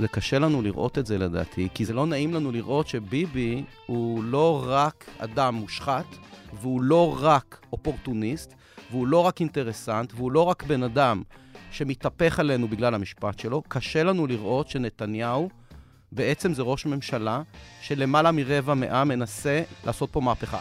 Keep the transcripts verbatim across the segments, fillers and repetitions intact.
זה קשה לנו לראות את זה לדעתי, כי זה לא נעים לנו לראות שביבי הוא לא רק אדם מושחת, והוא לא רק אופורטוניסט, והוא לא רק אינטרסנט, והוא לא רק בן אדם שמתהפך עלינו בגלל המשפט שלו. קשה לנו לראות שנתניהו בעצם זה ראש ממשלה שלמעלה מרבע מאה מנסה לעשות פה מהפכה.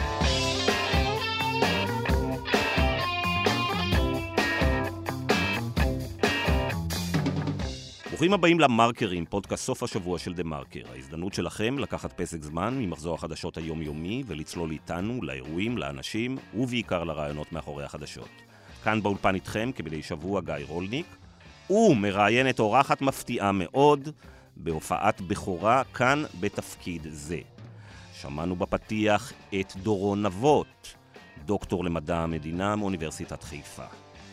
ברוכים הבאים למרקרים, פודקאסט סוף השבוע של דה מרקר. ההזדמנות שלכם לקחת פסק זמן ממחזור החדשות היומיומי ולצלול איתנו לאירועים, לאנשים ובעיקר לרעיונות מאחורי החדשות. כאן באולפן איתכם כבדי שבוע גיא רולניק, ומראיינת אורחת מפתיעה מאוד בהופעת בכורה כאן בתפקיד זה. שמענו בפתיח את דורון נבות, דוקטור למדע המדינה מאוניברסיטת חיפה.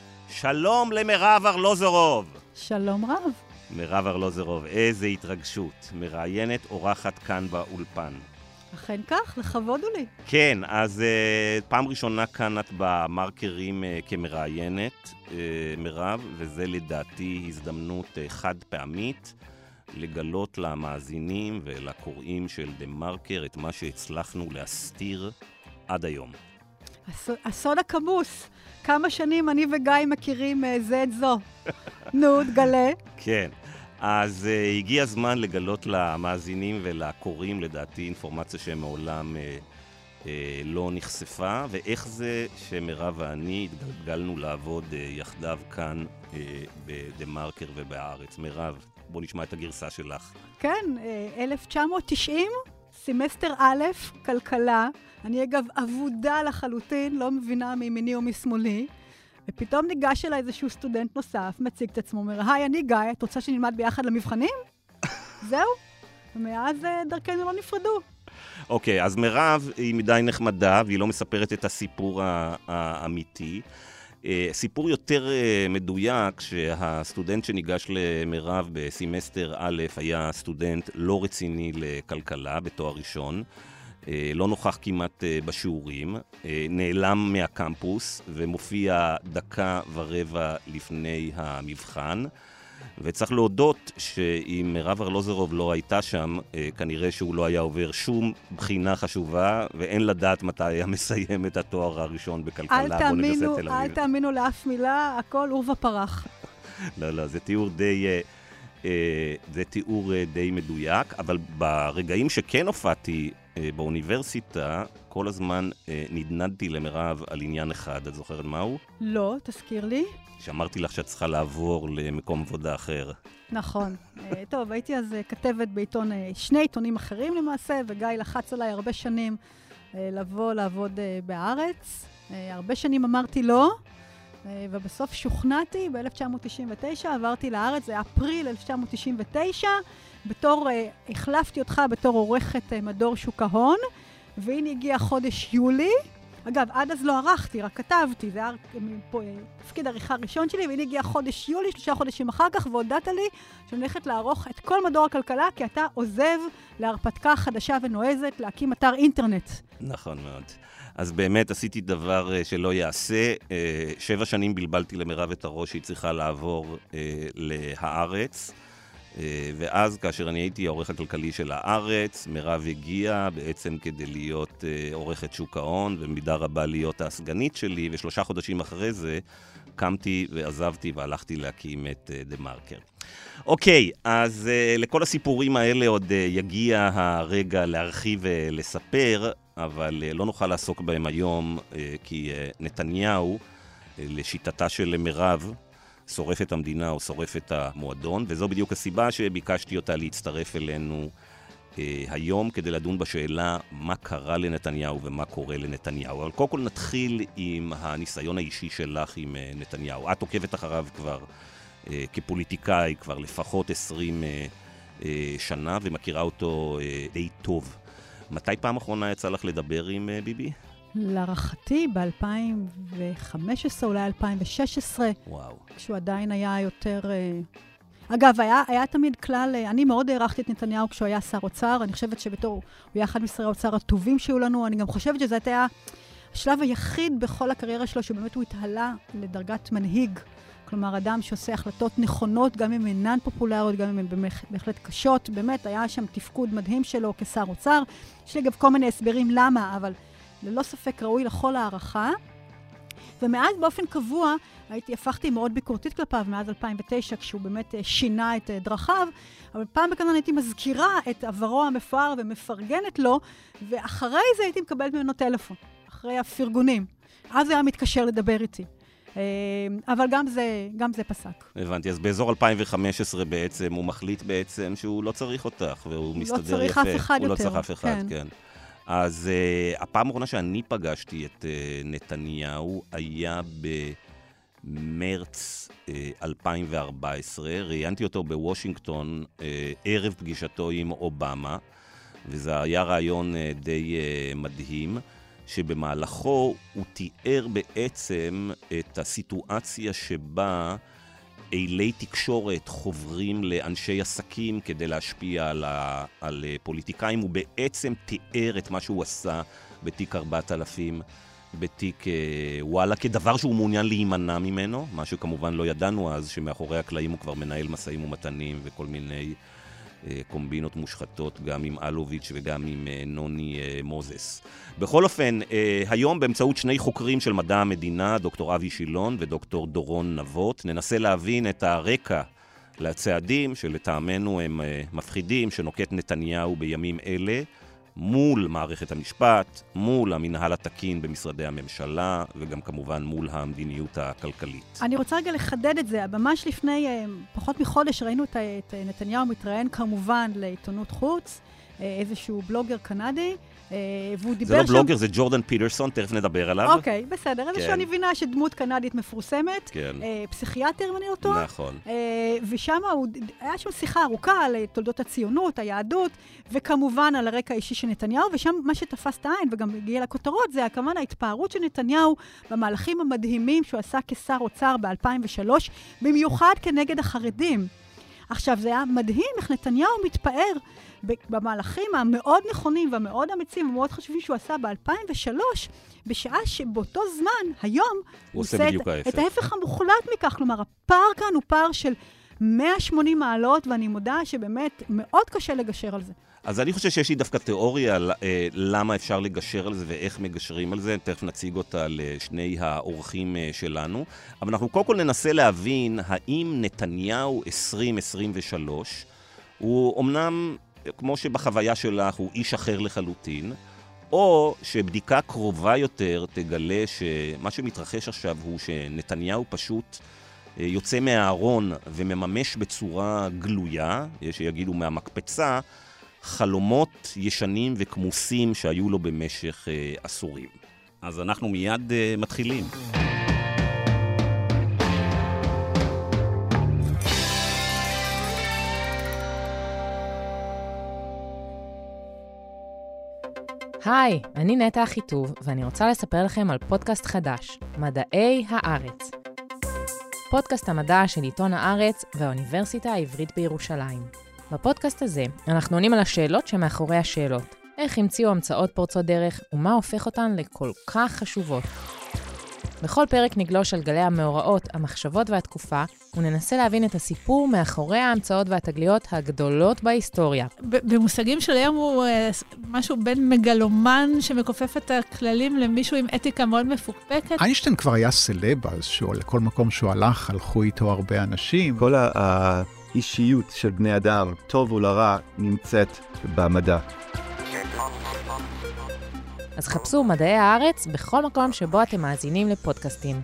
שלום למירב ארלוזורוב. שלום רב. מירב ארלוזורוב, איזה התרגשות. מראיינת אורחת כאן באולפן. אכן כך, לכבוד הוא לי. כן, אז uh, פעם ראשונה כאן את במרקרים uh, כמראיינת, uh, מירב, וזה לדעתי הזדמנות uh, חד פעמית לגלות למאזינים ולקוראים של דה מרקר את מה שהצלחנו להסתיר עד היום. הס... הסוד הכמוס. כמה שנים אני וגיא מכירים uh, זה את זו. נו, תגלה. כן, אז uh, הגיע הזמן לגלות למאזינים ולקוראים, לדעתי, אינפורמציה שמעולם uh, uh, לא נחשפה, ואיך זה שמירב ואני התגלגלנו לעבוד uh, יחדיו כאן uh, בדה מרקר ובארץ. מירב, בוא נשמע את הגרסה שלך. כן, uh, אלף תשע מאות תשעים, סמסטר א', כלכלה. אני אגב עבודה לחלוטין, לא מבינה מימיני או משמאלי. ופתאום ניגש אליי איזשהו סטודנט נוסף, מציג את עצמו, אומר, היי, אני גיא, את רוצה שנלמד ביחד למבחנים? זהו. ומאז דרכנו לא נפרדו. אוקיי, אז מירב היא מדי נחמדה, והיא לא מספרת את הסיפור האמיתי. סיפור יותר מדויק, שהסטודנט שניגש למירב בסמסטר א' היה סטודנט לא רציני לכלכלה בתואר ראשון, לא נוכח כמעט בשיעורים, נעלם מהקמפוס ומופיע דקה ורבע לפני המבחן, וצריך להודות שאם מירב ארלוזורוב לא הייתה שם, כנראה שהוא לא היה עובר שום בחינה חשובה, ואין לדעת מתי היה מסיים את התואר הראשון בכלכלה באוניברסיטת תל אביב. אל תאמינו לאף מילה, הכל עורבא פרח. לא, לא, זה תיאור די... זה תיאור די מדויק, אבל ברגעים שכן הופעתי באוניברסיטה, כל הזמן נדנדתי למירב על עניין אחד. את זוכרת מהו? לא, תזכיר לי. שאמרתי לך שאת צריכה לעבור למקום עבודה אחר. נכון. טוב, הייתי אז כתבת בעיתון, שני עיתונים אחרים למעשה, וגיא לחץ עליי הרבה שנים לבוא לעבוד בארץ. הרבה שנים אמרתי לא, ובסוף שוכנעתי, ב-אלף תשע מאות תשעים ותשע עברתי לארץ, זה אפריל אלף תשע מאות תשעים ותשע, בתור, החלפתי אותך בתור עורכת מדור שוק ההון, והנה הגיע חודש יולי, אגב, עד אז לא ערכתי, רק כתבתי, זה היה תפקיד עריכה ראשון שלי, והנה הגיע חודש יולי, שלושה חודשים אחר כך, והודעת לי שאני הולכת לערוך את כל מדור הכלכלה, כי אתה עוזב להרפתקה חדשה ונועזת, להקים אתר אינטרנט. נכון מאוד. אז באמת עשיתי דבר שלא יעשה. שבע שנים בלבלתי למירב את הראש שהיא צריכה לעבור להארץ. ואז כאשר אני הייתי העורך הכלכלי של הארץ, מירב הגיעה בעצם כדי להיות עורכת שוק ההון, ובמידה רבה להיות הסגנית שלי, ושלושה חודשים אחרי זה קמתי ועזבתי והלכתי להקים את דה מרקר. אוקיי, אז לכל הסיפורים האלה עוד יגיע הרגע להרחיב ולספר, אבל לא נוכל לעסוק בהם היום, כי נתניהו, לשיטתה של מירב, שורף את המדינה או שורף את המועדון, וזו בדיוק הסיבה שביקשתי אותה להצטרף אלינו אה, היום, כדי לדון בשאלה מה קרה לנתניהו ומה קורה לנתניהו. אבל קודם כל נתחיל עם הניסיון האישי שלך עם אה, נתניהו. את עוקבת אחריו כבר אה, כפוליטיקאי, כבר לפחות עשרים אה, אה, שנה, ומכירה אותו אה, די טוב. מתי פעם אחרונה יצא לך לדבר עם אה, ביבי? להערכתי ב-אלפיים וחמש עשרה, אולי אלפיים ושש עשרה. וואו. כשהוא עדיין היה יותר... אגב, היה, היה תמיד כלל, אני מאוד הערכתי את נתניהו כשהוא היה שר אוצר, אני חושבת שבתור, הוא היה אחד משרי האוצר הטובים שהיו לנו, אני גם חושבת שזה היה השלב היחיד בכל הקריירה שלו, שבאמת הוא התעלה לדרגת מנהיג כלומר, אדם שעושה החלטות נכונות, גם אם אינן פופולריות, גם אם הן בהחלט קשות. באמת, היה שם תפקוד מדהים שלו כשר אוצר. יש לי אגב כל מיני הסברים למה, אבל ללא ספק ראוי לכל הערכה. ומאז באופן קבוע, הייתי, הפכתי מאוד ביקורתית כלפיו, מאז אלפיים ותשע, כשהוא באמת שינה את דרכיו, אבל פעם בכלל הייתי מזכירה את עברו המפואר ומפרגנת לו, ואחרי זה הייתי מקבלת ממנו טלפון, אחרי הפרגונים. אז הוא היה מתקשר לדבר איתי. אבל גם זה, גם זה פסק. הבנתי, אז באזור אלפיים וחמש עשרה בעצם, הוא מחליט בעצם שהוא לא צריך אותך, והוא מסתדר יפה. לא צריך אף אחד הוא יותר. לא צריך אף אחד, כן. כן. אז uh, הפעם האחרונה שאני פגשתי את uh, נתניהו היה במרץ uh, אלפיים וארבע עשרה. ראיינתי אותו בוושינגטון uh, ערב פגישתו עם אובמה, וזה היה רעיון uh, די uh, מדהים, שבמהלכו הוא תיאר בעצם את הסיטואציה שבה אילי תקשורת חוברים לאנשי עסקים כדי להשפיע על, ה, על פוליטיקאים. הוא בעצם תיאר את מה שהוא עשה בתיק ארבעת אלפים, בתיק וואלה, כדבר שהוא מעוניין להימנע ממנו, מה שכמובן לא ידענו אז, שמאחורי הקלעים הוא כבר מנהל מסעים ומתנים וכל מיני קומבינות מושחתות, גם עם אלוביץ' וגם עם נוני מוזס. בכל אופן, היום באמצעות שני חוקרים של מדע המדינה, דוקטור אבי שילון ודוקטור דורון נבות, ננסה להבין את הרקע לצעדים שלטעמנו הם מפחידים, שנוקט נתניהו בימים אלה, מול מערכת המשפט, מול המנהל התקין במשרדי הממשלה, וגם כמובן מול המדיניות הכלכלית. אני רוצה רגע לחדד את זה. ממש לפני פחות מחודש ראינו את נתניהו מתראיין כמובן לעיתונות חוץ, איזשהו בלוגר קנדי, והוא דיבר שם... זה לא בלוגר, זה ג'ורדן פיטרסון, תכף נדבר עליו. אוקיי, בסדר. איזשהו אני מבינה שדמות קנדית מפורסמת, פסיכיאטר, אם אני לא טועה. נכון. ושם היה שם שיחה ארוכה על תולדות הציונות, היהדות, וכמובן על הרקע האישי של נתניהו, ושם מה שתפס את העין וגם הגיע לכותרות, זה כמובן ההתפארות של נתניהו במהלכים המדהימים שהוא עשה כשר אוצר ב-אלפיים ושלוש, במיוחד כנגד החרדים. עכשיו, זה היה מדהים איך נתניהו מתפאר במהלכים המאוד נכונים והמאוד אמיצים ומאוד חשובים שהוא עשה ב-אלפיים ושלוש, בשעה שבאותו זמן, היום, הוא עושה את, את ההפך המוחלט מכך. כלומר, הפער כאן הוא פער של מאה ושמונים מעלות, ואני מודה שבאמת מאוד קשה לגשר על זה. אז אני חושב שיש לי דווקא תיאוריה למה אפשר לגשר על זה ואיך מגשרים על זה. תכף נציג אותה לשני האורחים שלנו. אבל אנחנו קודם כל ננסה להבין האם נתניהו עשרים עשרים ושלוש הוא אמנם, כמו שבחוויה שלך, הוא איש אחר לחלוטין, או שבדיקה קרובה יותר תגלה שמה שמתרחש עכשיו הוא שנתניהו פשוט יוצא מהארון ומממש בצורה גלויה, יש שיגידו מהמקפצה, חלומות ישנים וכמוסים שהיו לו במשך אה, עשורים. אז אנחנו מיד אה, מתחילים. היי, אני נטע אחיטוב, ואני רוצה לספר לכם על פודקאסט חדש, מדעי הארץ. פודקאסט המדע של עיתון הארץ והאוניברסיטה העברית בירושלים. בפודקאסט הזה אנחנו עונים על השאלות שמאחורי השאלות. איך המציאו המצאות פורצות דרך ומה הופך אותן לכל כך חשובות. בכל פרק נגלוש על גלי המאורעות, המחשבות והתקופה, וננסה להבין את הסיפור מאחורי ההמצאות והתגליות הגדולות בהיסטוריה. במושגים של היום הוא משהו בין מגלומן שמכופף את הכללים למישהו עם אתיקה מאוד מפוקפקת. איינשטיין כבר היה סלב, אז לכל מקום שהוא הלך, הלכו איתו הרבה אנשים. כל האישיות של בני אדם, טוב ולרע, נמצאת במדע. אז חפשו מדעי הארץ בכל מקום שבו אתם מאזינים לפודקאסטים.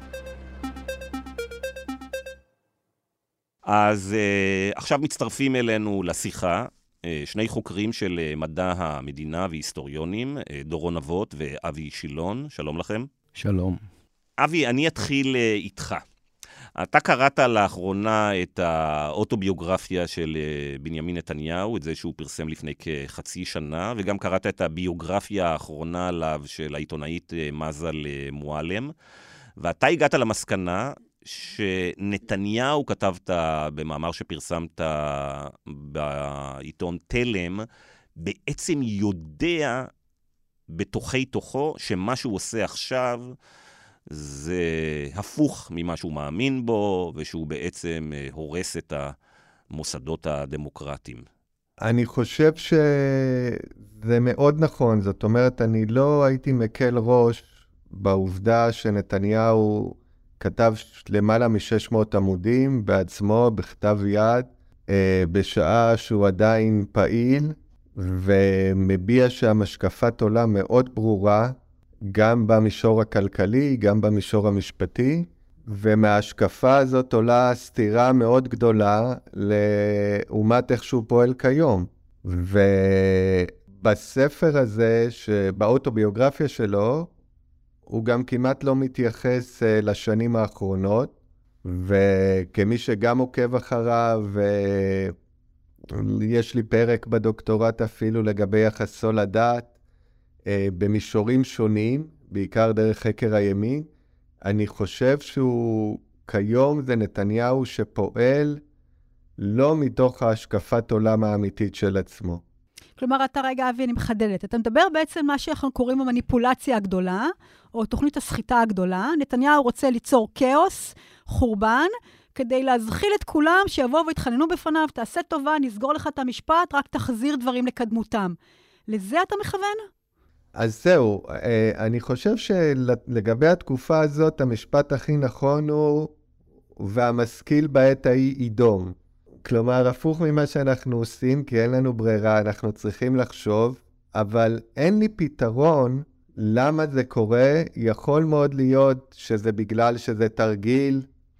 אז uh, עכשיו מצטרפים אלינו לשיחה, uh, שני חוקרים של uh, מדע המדינה והיסטוריונים, uh, דורון נבות ואבי שילון. שלום לכם. שלום. אבי, אני אתחיל uh, איתך. אתה קראת לאחרונה את האוטוביוגרפיה של בנימין נתניהו, את זה שהוא פרסם לפני כחצי שנה, וגם קראת את הביוגרפיה האחרונה עליו של העיתונאית מזל מועלם, ואתה הגעת למסקנה שנתניהו, כתבת במאמר שפרסמת בעיתון תלם, בעצם יודע בתוכי תוכו שמה שהוא עושה עכשיו זה הפוך ממה שהוא מאמין בו, ושהוא בעצם הורס את המוסדות הדמוקרטיים. אני חושב שזה מאוד נכון. זאת אומרת, אני לא הייתי מקל ראש בעובדה שנתניהו כתב למעלה מ-שש מאות עמודים בעצמו, בכתב יד, בשעה שהוא עדיין פעיל, ומביע שם השקפת עולם מאוד ברורה, גם במישור הכלכלי, גם במישור המשפטי, ומההשקפה הזאת עולה סתירה מאוד גדולה לעומת איך שהוא פועל כיום. ובספר הזה, שבאוטוביוגרפיה שלו, הוא גם כמעט לא מתייחס לשנים האחרונות, וכמי שגם עוקב אחריו, ויש לי פרק בדוקטורט אפילו לגבי יחסו לדת, במישורים שונים, בעיקר דרך חקר הימין, אני חושב שהוא כיום זה נתניהו שפועל לא מתוך ההשקפת עולם האמיתית של עצמו. כלומר, אתה רגע, אבי, אני מחדדת. אתה מדבר בעצם מה שאנחנו קוראים המניפולציה הגדולה, או תוכנית הסחיטה הגדולה. נתניהו רוצה ליצור כאוס, חורבן, כדי להזחיל את כולם שיבואו והתחננו בפניו, תעשה טובה, נסגור לך את המשפט, רק תחזיר דברים לקדמותם. לזה אתה מכוון? אז זהו, אני חושב שלגבי התקופה הזאת, המשפט הכי נכון הוא, והמשכיל בעת ההיא יידום. כלומר, הפוך ממה שאנחנו עושים, כי אין לנו ברירה, אנחנו צריכים לחשוב, אבל אין לי פתרון למה זה קורה. יכול מאוד להיות שזה בגלל שזה תרגיל,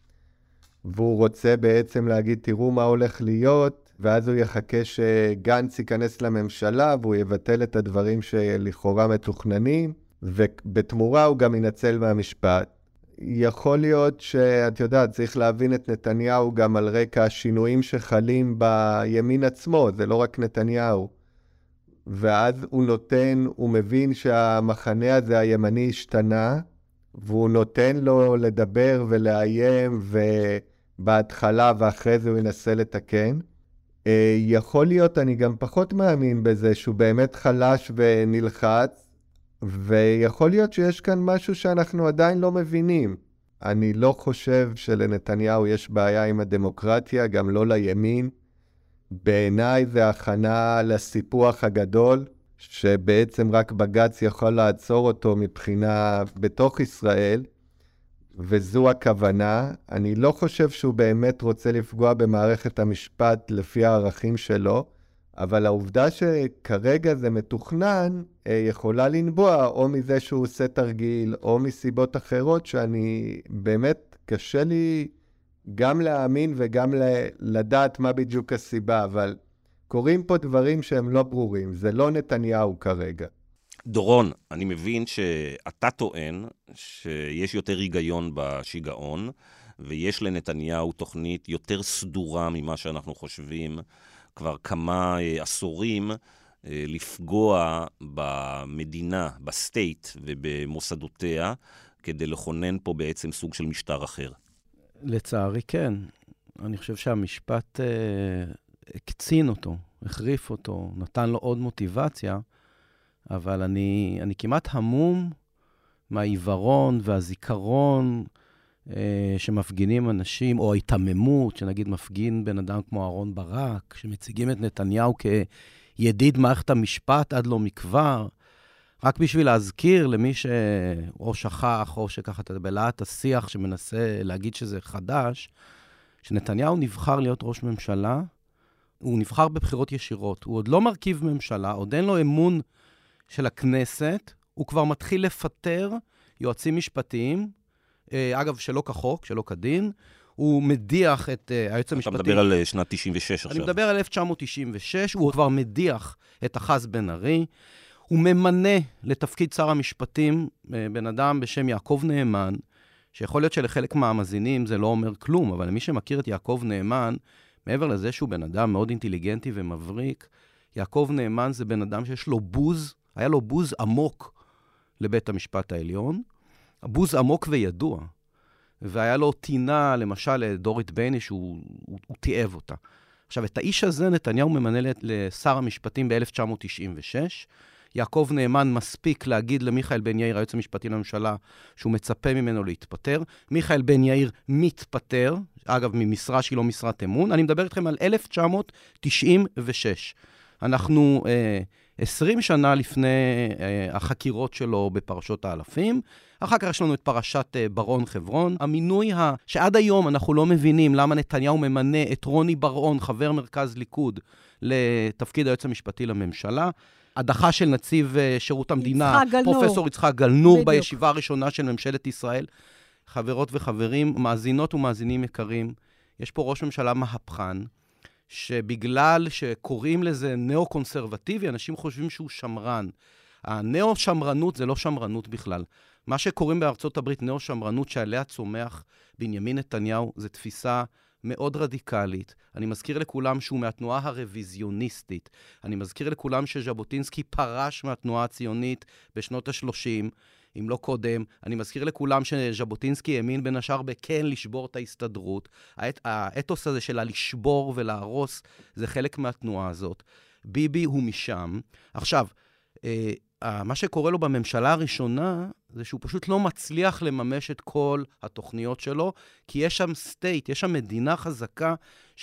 והוא רוצה בעצם להגיד, תראו מה הולך להיות, ואז הוא יחכה שגנץ ייכנס לממשלה, והוא יבטל את הדברים שלכאורה מתוכננים, ובתמורה הוא גם ינצל מהמשפט. יכול להיות שאת יודעת, צריך להבין את נתניהו גם על רקע השינויים שחלים בימין עצמו, זה לא רק נתניהו. ואז הוא נותן, הוא מבין שהמחנה הזה הימני השתנה, והוא נותן לו לדבר ולאיים, ובהתחלה ואחרי זה הוא ינסה לתקן. יכול להיות, אני גם פחות מאמין בזה, שהוא באמת חלש ונלחץ, ויכול להיות שיש כאן משהו שאנחנו עדיין לא מבינים. אני לא חושב שלנתניהו יש בעיה עם הדמוקרטיה, גם לא לימין. בעיניי זה הכנה לסיפוח הגדול, שבעצם רק בג"ץ יכול לעצור אותו מבחינה בתוך ישראל, וזו הכוונה. אני לא חושב שהוא באמת רוצה לפגוע במערכת המשפט לפי הערכים שלו, אבל העובדה שכרגע זה מתוכנן, יכולה לנבוע או מזה שהוא עושה תרגיל, או מסיבות אחרות שאני באמת קשה לי גם להאמין וגם לדעת מה בדיוק הסיבה, אבל קוראים פה דברים שהם לא ברורים, זה לא נתניהו כרגע. דורון, אני מבין שאתה טוען שיש יותר היגיון בשיגעון, ויש לנתניהו תוכנית יותר סדורה ממה שאנחנו חושבים, כבר כמה עשורים, לפגוע במדינה, בסטייט ובמוסדותיה, כדי לכונן פה בעצם סוג של משטר אחר. לצערי כן. אני חושב שהמשפט אה, הקצין אותו, החריף אותו, נתן לו עוד מוטיבציה, אבל אני, אני כמעט המום מהעיוורון והזיכרון אה, שמפגינים אנשים, או ההתממות, שנגיד מפגין בן אדם כמו אהרון ברק, שמציגים את נתניהו כידיד מערכת המשפט עד לא מכבר, רק בשביל להזכיר למי שאו שכח, או שככה בלהט השיח שמנסה להגיד שזה חדש, שנתניהו נבחר להיות ראש ממשלה, הוא נבחר בבחירות ישירות, הוא עוד לא מרכיב ממשלה, עוד אין לו אמון של הכנסת, הוא כבר מתחיל לפטר יועצים משפטיים, אגב, שלא כחוק, שלא כדין, הוא מדיח את היועץ המשפטי. אתה מדבר על שנת תשעים ושש עכשיו. אני מדבר על אלף תשע מאות תשעים ושש, הוא כבר מדיח את אחז בן ארי, הוא ממנה לתפקיד שר המשפטים בן אדם בשם יעקב נאמן, שיכול להיות שלחלק מהמאזינים זה לא אומר כלום, אבל למי שמכיר את יעקב נאמן, מעבר לזה שהוא בן אדם מאוד אינטליגנטי ומבריק, יעקב נאמן זה בן אדם שיש לו בוז, היה לו בוז עמוק לבית המשפט העליון, בוז עמוק וידוע, והיה לו טינה, למשל, לדורית בייני, שהוא הוא, הוא תיאב אותה. עכשיו, את האיש הזה נתניהו ממנה לשר המשפטים ב-אלף תשע מאות תשעים ושש, יעקב נאמן מספיק להגיד למיכאל בן יאיר, היועץ המשפטי לממשלה, שהוא מצפה ממנו להתפטר. מיכאל בן יאיר מתפטר, אגב, ממשרה שהיא לא משרת אמון. אני מדבר איתכם על אלף תשע מאות תשעים ושש. אנחנו אה, עשרים שנה לפני אה, החקירות שלו בפרשות האלפים. אחר כך יש לנו את פרשת אה, ברון חברון. המינוי ה... שעד היום אנחנו לא מבינים למה נתניהו ממנה את רוני ברון, חבר מרכז ליכוד, לתפקיד היועץ המשפטי לממשלה. הדחה של נציב שירות המדינה, פרופסור יצחק גלנור, בדיוק. בישיבה הראשונה של ממשלת ישראל. חברות וחברים, מאזינות ומאזינים יקרים, יש פה ראש ממשלה מהפכן, שבגלל שקוראים לזה נאו-קונסרבטיבי, אנשים חושבים שהוא שמרן. הנאו-שמרנות זה לא שמרנות בכלל. מה שקוראים בארצות הברית נאו-שמרנות, שעליה צומח בנימין נתניהו, זה תפיסה מאוד רדיקלית. אני מזכיר לכולם שהוא מהתנועה הרוויזיוניסטית. אני מזכיר לכולם שז'בוטינסקי פרש מהתנועה הציונית בשנות ה-שלושים, אם לא קודם. אני מזכיר לכולם שז'בוטינסקי האמין בין השאר בכן לשבור את ההסתדרות. האת, האתוס הזה של לשבור ולהרוס זה חלק מהתנועה הזאת. ביבי הוא משם. עכשיו, אה, מה שקורה לו בממשלה הראשונה, זה שהוא פשוט לא מצליח לממש את כל התוכניות שלו, כי יש שם סטייט, יש שם מדינה חזקה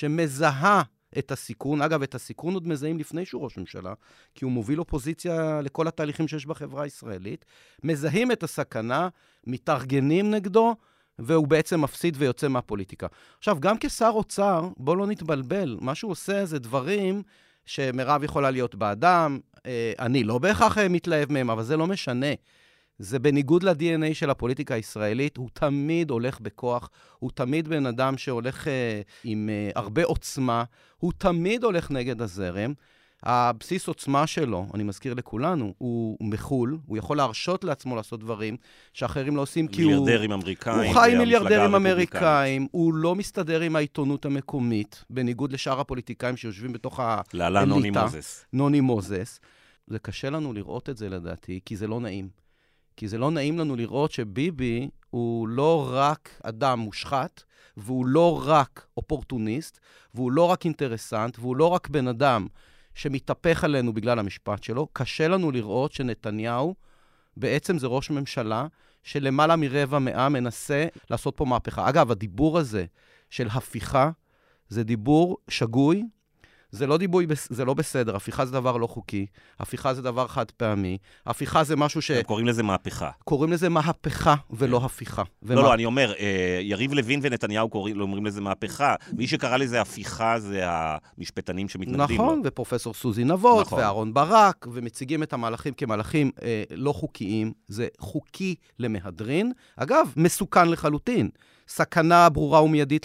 שמזהה את הסיכון. אגב, את הסיכון עוד מזהים לפני שהוא ראש ממשלה, כי הוא מוביל אופוזיציה לכל התהליכים שיש בחברה הישראלית. מזהים את הסכנה, מתארגנים נגדו, והוא בעצם מפסיד ויוצא מהפוליטיקה. עכשיו, גם כשר אוצר, בוא לא נתבלבל, מה שהוא עושה זה דברים שמרב יכולה להיות באדם, אני לא בהכרח מתלהב מהם, אבל זה לא משנה. זה בניגוד ל-די אן איי של הפוליטיקה הישראלית, הוא תמיד הולך בכוח, הוא תמיד בן אדם שהולך אה, עם אה, הרבה עוצמה, הוא תמיד הולך נגד הזרם. הבסיס עוצמה שלו, אני מזכיר לכולנו, הוא מחול, הוא יכול להרשות לעצמו לעשות דברים שאחרים לא עושים, כי הוא... מיליארדרים אמריקאים. הוא חי מיליארדרים אמריקאים, הוא לא מסתדר עם העיתונות המקומית, בניגוד לשאר הפוליטיקאים שיושבים בתוך האליטה. לאללה נוני מוזס. נוני מוזס. זה קשה לנו לראות את זה לדעתי, כי זה לא נעים. כי זה לא נעים לנו לראות שביבי הוא לא רק אדם מושחת, והוא לא רק אופורטוניסט, והוא לא רק אינטרסנט, והוא לא רק בן אדם שמתהפך עלינו בגלל המשפט שלו. קשה לנו לראות שנתניהו בעצם זה ראש ממשלה שלמעלה מרבע מאה מנסה לעשות פה מהפכה. אגב, הדיבור הזה של הפיכה זה דיבור שגוי, זה לא דיבוי, זה לא בסדר. הפיכה זה דבר לא חוקי, הפיכה זה דבר חד פעמי, הפיכה זה משהו ש... קוראים לזה מהפכה. קוראים לזה מהפכה ולא הפיכה. לא, לא, אני אומר, יריב לוין ונתניהו אומרים לזה מהפכה, מי שקרא לזה הפיכה זה המשפטנים שמתנגדים לו. נכון, ופרופסור סוזי נבות, ואהרון ברק, ומציגים את המהלכים כמהלכים לא חוקיים. זה חוקי למהדרין. אגב, מסוכן לחלוטין. סכנה ברורה ומיידית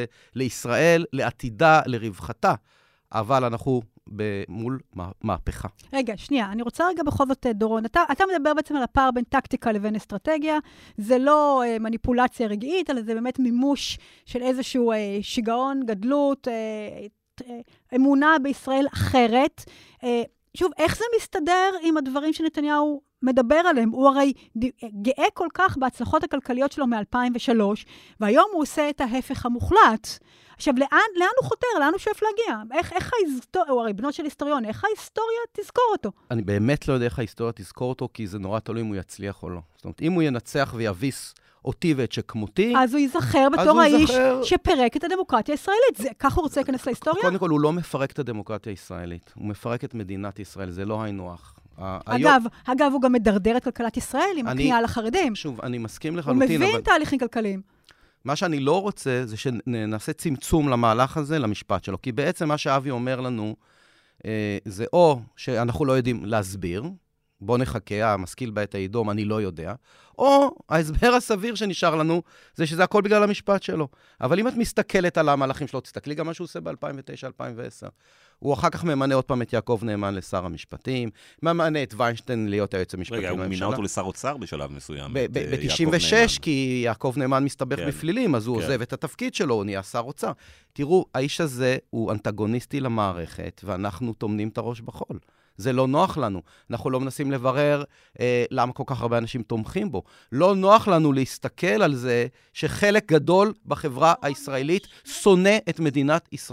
לישראל, לעתידה, לרווחתה. אבל אנחנו מול מהפכה. רגע, שנייה, אני רוצה רגע בכל זאת, דורון, אתה, אתה מדבר בעצם על הפער בין טקטיקה לבין אסטרטגיה, זה לא אה, מניפולציה רגעית, אלא זה באמת מימוש של איזשהו אה, שיגעון, גדלות, אה, אה, אמונה בישראל אחרת. אה, שוב, איך זה מסתדר עם הדברים שנתניהו מדבר עליהם? הוא הרי גאה כל כך בהצלחות הכלכליות שלו מ-אלפיים ושלוש, והיום הוא עושה את ההפך המוחלט. עכשיו, לאן, לאן הוא חותר? לאן הוא שואף להגיע? איך, איך ההיסטוריה, הוא הרי בנו של היסטוריון, איך ההיסטוריה תזכור אותו? אני באמת לא יודע איך ההיסטוריה תזכור אותו, כי זה נורא תלוי אם הוא יצליח או לא. זאת אומרת, אם הוא ינצח ויביס אותי ואת שכמותי... אז הוא ייזכר בתור האיש שפרק את הדמוקרטיה הישראלית. זה, כך הוא רוצה להיכנס להיסטוריה? קודם כל, הוא לא מפרק את הדמוקרטיה הישראלית. הוא מפרק את מדינת ישראל, זה לא היינו-הך. אגב, אגב, הוא גם מדרדר את כלכלת ישראל עם הכניעה לחרדים. שוב, אני מסכים לחלוטין, אבל... הוא מבין תהליכים כלכליים. מה שאני לא רוצה זה שנעשה צמצום למהלך הזה, למשפט שלו. כי בעצם מה שאבי אומר לנו, אה, זה או שאנחנו לא יודעים להסביר, בוא נחכה, המשכיל בעת הידום, אני לא יודע, או ההסבר הסביר שנשאר לנו, זה שזה הכל בגלל המשפט שלו. אבל אם את מסתכלת על המהלכים שלו, תסתכלי גם מה שהוא עושה ב-אלפיים ותשע אלפיים ועשר. הוא אחר כך ממנה עוד פעם את יעקב נאמן לשר המשפטים, ממנה את ויינשטיין להיות היועץ המשפטי לממשלה. רגע, הוא מינה אותו לשר אוצר בשלב מסוים. ב-תשעים ושש, כי יעקב נאמן מסתבך בפלילים, אז הוא עוזב את התפקיד שלו, הוא נהיה שר אוצר. תראו, האיש הזה הוא אנטגוניסטי למערכת, ואנחנו טומנים את הראש בחול. זה לא נוח לנו. אנחנו לא מנסים לברר אה, למה כל כך הרבה אנשים תומכים בו. לא נוח לנו להסתכל על זה שחלק גדול בחברה הישראלית שונא את מדינת ישראל.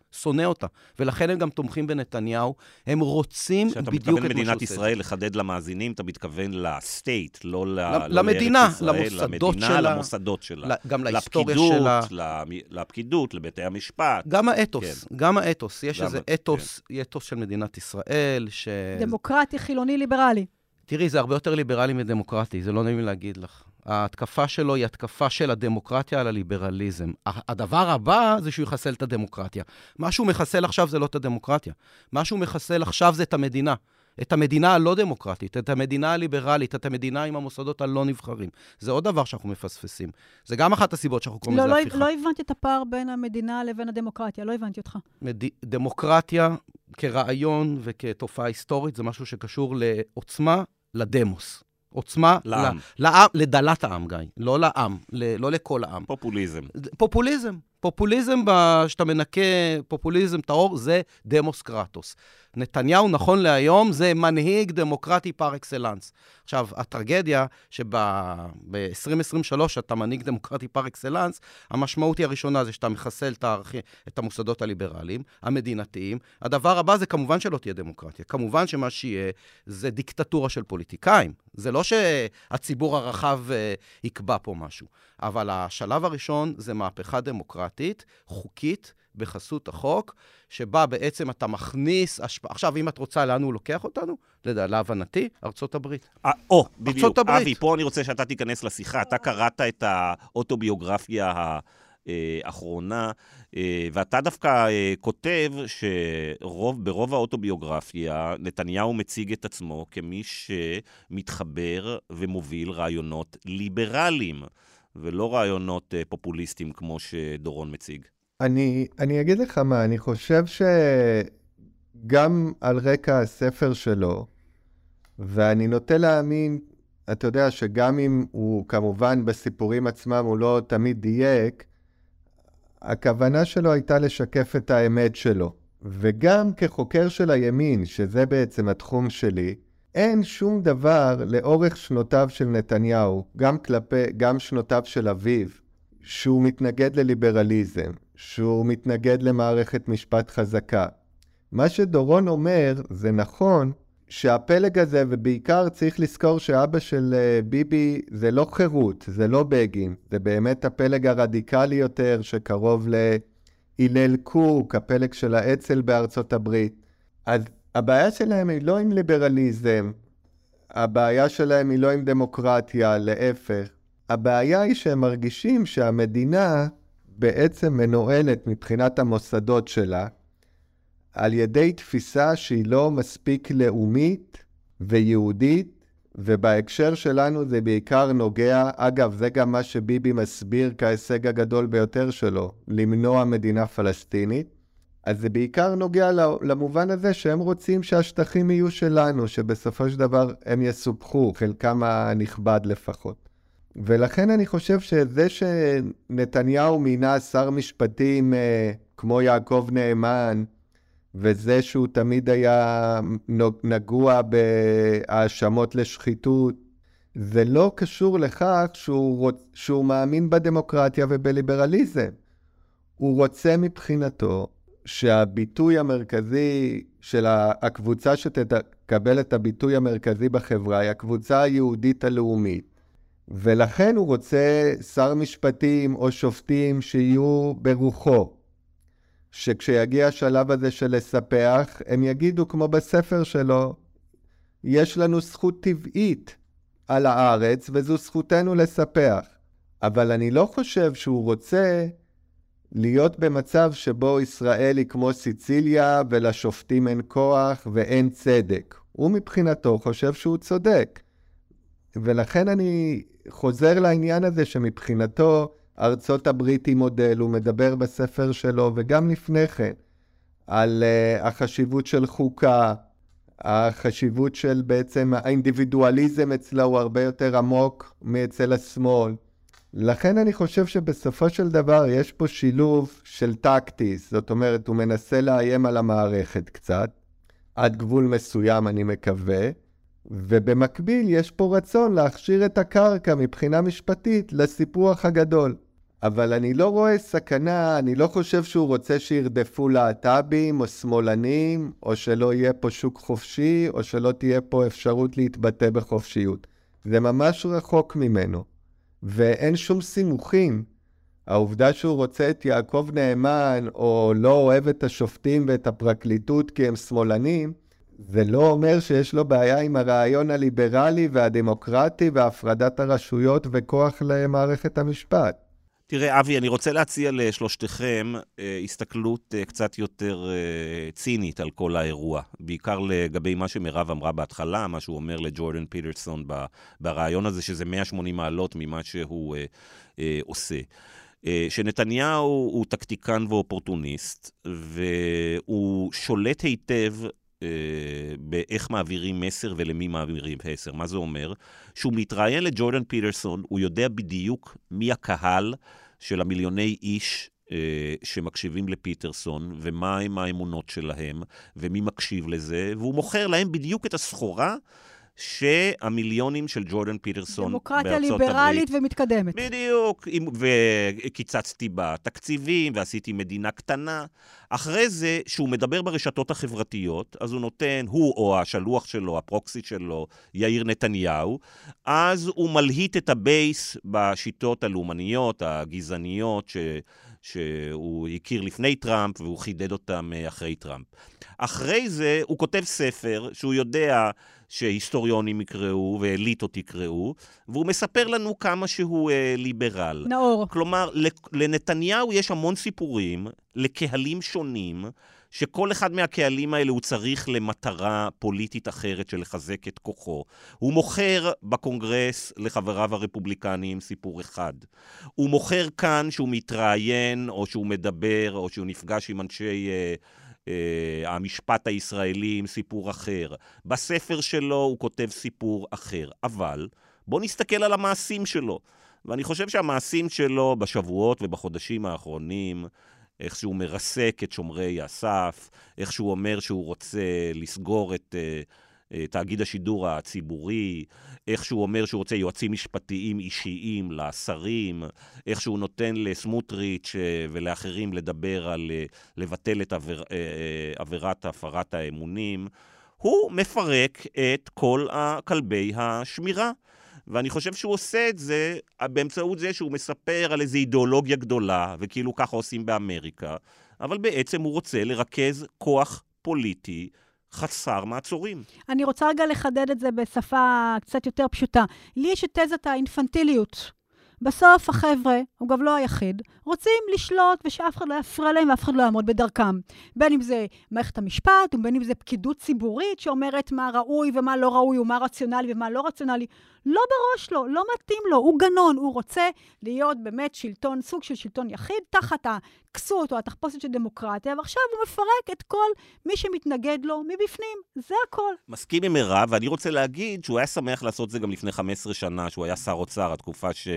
שונא אותה. ולכן הם גם תומכים בנתניהו. הם רוצים בדיוק את מה שאתה מתכוון שעושה. מדינת ישראל, לחדד למאזינים, אתה מתכוון לסטייט, לא למדינה, למוסדות שלה. למוסדות שלה. גם להיסטוריה שלה. לפקידות, לבתי המשפט. גם האתוס, גם האתוס. יש איזה אתוס, אתוס של מדינת ישראל, ש... דמוקרטי, חילוני, ליברלי. תראי, זה הרבה יותר ליברלי מדמוקרטי, זה לא נעים להגיד לך. ההתקפה שלו היא התקפה של הדמוקרטיה על הליברליזם. הדבר הבא זה שהוא יחסל את הדמוקרטיה. מה שהוא מחסל עכשיו זה לא את הדמוקרטיה. מה שהוא מחסל עכשיו זה את המדינה. את המדינה הלא דמוקרטית, את המדינה הליברלית, את המדינה עם המוסדות הלא נבחרים. זה עוד דבר שאנחנו מפספסים. זה גם אחת הסיבות שאנחנו קוראים לזה הפיכה. לא הבנתי את הפער בין המדינה לבין הדמוקרטיה, לא הבנתי אותך. דמוקרטיה כרעיון וכתופעה היסטורית זה משהו שקשור לעוצמה, לדמוס. עוצמה, לעם. לעם, לדלת העם, גיא. לא לעם, לא לכל העם. פופוליזם. פופוליזם. פופוליזם, שאתה מנקה פופוליזם טהור, זה דמוס קרטוס. נתניהו, נכון להיום, זה מנהיג דמוקרטי פר אקסלנס. עכשיו, הטרגדיה שב-עשרים עשרים ושלוש אתה מנהיג דמוקרטי פר אקסלנס, המשמעות היא הראשונה, זה שאתה מחסל את, הערכי, את המוסדות הליברליים, המדינתיים. הדבר הבא זה כמובן שלא תהיה דמוקרטיה. כמובן שמה שיהיה זה דיקטטורה של פוליטיקאים. זה לא שהציבור הרחב uh, יקבע פה משהו. אבל השלב הראשון זה מהפכה דמוקרטית, חוקית, בחסות החוק, שבה בעצם אתה מכניס... עכשיו, אם את רוצה, לאן הוא לוקח אותנו? להבנתי, ארצות הברית. או, בדיוק. אבי, פה אני רוצה שאתה תיכנס לשיחה. אתה קראת את האוטוביוגרפיה האחרונה, ואתה דווקא כותב שברוב האוטוביוגרפיה, נתניהו מציג את עצמו כמי שמתחבר ומוביל רעיונות ליברליים, ולא רעיונות פופוליסטיים כמו שדורון מציג. אני, אני אגיד לך מה, אני חושב שגם על רקע הספר שלו, ואני נוטה להאמין, אתה יודע שגם אם הוא כמובן בסיפורים עצמם הוא לא תמיד דייק, הכוונה שלו הייתה לשקף את האמת שלו. וגם כחוקר של הימין, שזה בעצם התחום שלי, אין שום דבר לאורך שנותיו של נתניהו, גם כלפי, גם שנותיו של אביו, שהוא מתנגד לליברליזם, שהוא מתנגד למערכת משפט חזקה. מה שדורון אומר זה נכון שהפלג הזה, ובעיקר צריך לזכור שאבא של ביבי זה לא חירות, זה לא בגין, זה באמת הפלג הרדיקלי יותר שקרוב להילל קוק, הפלג של האצ"ל בארצות הברית. אז הבעיה שלהם היא לא עם ליברליזם, הבעיה שלהם היא לא עם דמוקרטיה, להפך. הבעיה היא שהם מרגישים שהמדינה בעצם מנוהלת מבחינת המוסדות שלה, על ידי תפיסה שהיא לא מספיק לאומית ויהודית, ובהקשר שלנו זה בעיקר נוגע, אגב, זה גם מה שביבי מסביר כהישג הגדול ביותר שלו, למנוע מדינה פלסטינית, אז זה בעיקר נוגע למובן הזה שהם רוצים שהשטחים יהיו שלנו, שבסופו של דבר הם יסופחו, חלקם הנכבד לפחות. ולכן אני חושב שזה שנתניהו מינה שר משפטים אה, כמו יעקב נאמן, וזה שהוא תמיד היה נגוע בהאשמות לשחיתות, זה לא קשור לכך שהוא, רוצ... שהוא מאמין בדמוקרטיה ובליברליזם. הוא רוצה מבחינתו שהביטוי המרכזי של הקבוצה שתקבל את הביטוי המרכזי בחברה היא הקבוצה היהודית הלאומית. ולכן הוא רוצה שר משפטים או שופטים שיהיו ברוחו. שכשיגיע השלב הזה של לספח, הם יגידו כמו בספר שלו, יש לנו זכות טבעית על הארץ וזו זכותנו לספח. אבל אני לא חושב שהוא רוצה להיות במצב שבו ישראל היא כמו סיציליה ולשופטים אין כוח ואין צדק. הוא מבחינתו חושב שהוא צודק. ולכן אני חוזר לעניין הזה שמבחינתו ארצות הברית היא מודל, הוא מדבר בספר שלו וגם לפני כן על uh, החשיבות של חוקה, החשיבות של בעצם האינדיבידואליזם אצלה הוא הרבה יותר עמוק מאצל השמאל. לכן אני חושב שבסופו של דבר יש פה שילוב של טקטיס, זאת אומרת הוא מנסה לאיים על המערכת קצת, עד גבול מסוים אני מקווה, ובמקביל יש פה רצון להכשיר את הקרקע מבחינה משפטית לסיפוח הגדול. אבל אני לא רואה סכנה, אני לא חושב שהוא רוצה שירדפו להט"בים או שמאלנים, או שלא יהיה פה שוק חופשי, או שלא תהיה פה אפשרות להתבטא בחופשיות. זה ממש רחוק ממנו, ואין שום סימוכים. העובדה שהוא רוצה את יעקב נאמן, או לא אוהב את השופטים ואת הפרקליטות כי הם שמאלנים, זה לא אומר שיש לו בעיה עם הרעיון הליברלי והדמוקרטי והפרדת הרשויות וכוח למערכת המשפט. תראה, אבי, אני רוצה להציע לשלושתכם אה, הסתכלות אה, קצת יותר אה, צינית על כל האירוע. בעיקר לגבי מה שמרב אמרה בהתחלה, מה שהוא אומר לג'ורדן פיטרסון ב, ברעיון הזה, שזה מאה ושמונים מעלות ממה שהוא אה, אה, עושה. אה, שנתניהו הוא טקטיקן ואופורטוניסט, והוא שולט היטב באיך מעבירים מסר ולמי מעבירים מסר. מה זה אומר? שהוא מתראיין לג'ורדן פיטרסון, הוא יודע בדיוק מי הקהל של המיליוני איש אה, שמקשיבים לפיטרסון, ומה הם האמונות שלהם, ומי מקשיב לזה, והוא מוכר להם בדיוק את הסחורה שהמיליונים של ג'ורדן פיטרסון בארצות הברית. דמוקרטיה ליברלית ומתקדמת. בדיוק, וקיצצתי בתקציבים, ועשיתי מדינה קטנה. אחרי זה, שהוא מדבר ברשתות החברתיות, אז הוא נותן, הוא או השלוח שלו, הפרוקסי שלו, יאיר נתניהו, אז הוא מלהיט את הבייס בשיטות הלאומניות, הגזעניות, ש... שהוא הכיר לפני טראמפ, והוא חידד אותם אחרי טראמפ. אחרי זה, הוא כותב ספר שהוא יודע שהיסטוריונים יקראו ואליטות יקראו, והוא מספר לנו כמה שהוא אה, ליברל. נאור. כלומר, לנתניהו יש המון סיפורים, לקהלים שונים, שכל אחד מהקהלים האלה הוא צריך למטרה פוליטית אחרת של לחזק את כוחו. הוא מוכר בקונגרס לחבריו הרפובליקניים סיפור אחד. הוא מוכר כאן שהוא מתראיין, או שהוא מדבר, או שהוא נפגש עם אנשי Uh, המשפט הישראלי עם סיפור אחר. בספר שלו הוא כותב סיפור אחר. אבל בוא נסתכל על המעשים שלו. ואני חושב שהמעשים שלו בשבועות ובחודשים האחרונים, איך שהוא מרסק את שומרי הסף, איך שהוא אומר שהוא רוצה לסגור את uh, תאגיד השידור הציבורי, איך שהוא אומר שהוא רוצה יועצים משפטיים אישיים לשרים, איך שהוא נותן לסמוטריץ' ולאחרים לדבר על לבטל את עבר, עבירת הפרת האמונים, הוא מפרק את כל כלבי השמירה. ואני חושב שהוא עושה את זה באמצעות זה שהוא מספר על איזו אידיאולוגיה גדולה, וכאילו ככה עושים באמריקה, אבל בעצם הוא רוצה לרכז כוח פוליטי חסר מעצורים. אני רוצה רגע לחדד את זה בשפה קצת יותר פשוטה. לי יש את תזת האינפנטיליות. בסוף החבר'ה, הוא גם לא היחיד, רוצים לשלוט ושאף אחד לא יפריע להם ואף אחד לא יעמוד בדרכם. בין אם זה מערכת המשפט, ובין אם זה פקידות ציבורית שאומרת מה ראוי ומה לא ראוי, ומה רציונלי ומה לא רציונלי. לא בראש לו, לא מתאים לו, הוא גנון, הוא רוצה להיות באמת שלטון, סוג של שלטון יחיד, תחת הכסות או התחפושת של דמוקרטיה, ועכשיו הוא מפרק את כל מי שמתנגד לו מבפנים. זה הכל. מסכים עם מרב, ואני רוצה להגיד שהוא היה שמח לעשות זה גם לפני חמש עשרה שנה, שהוא היה שר אוצר, התקופה ש...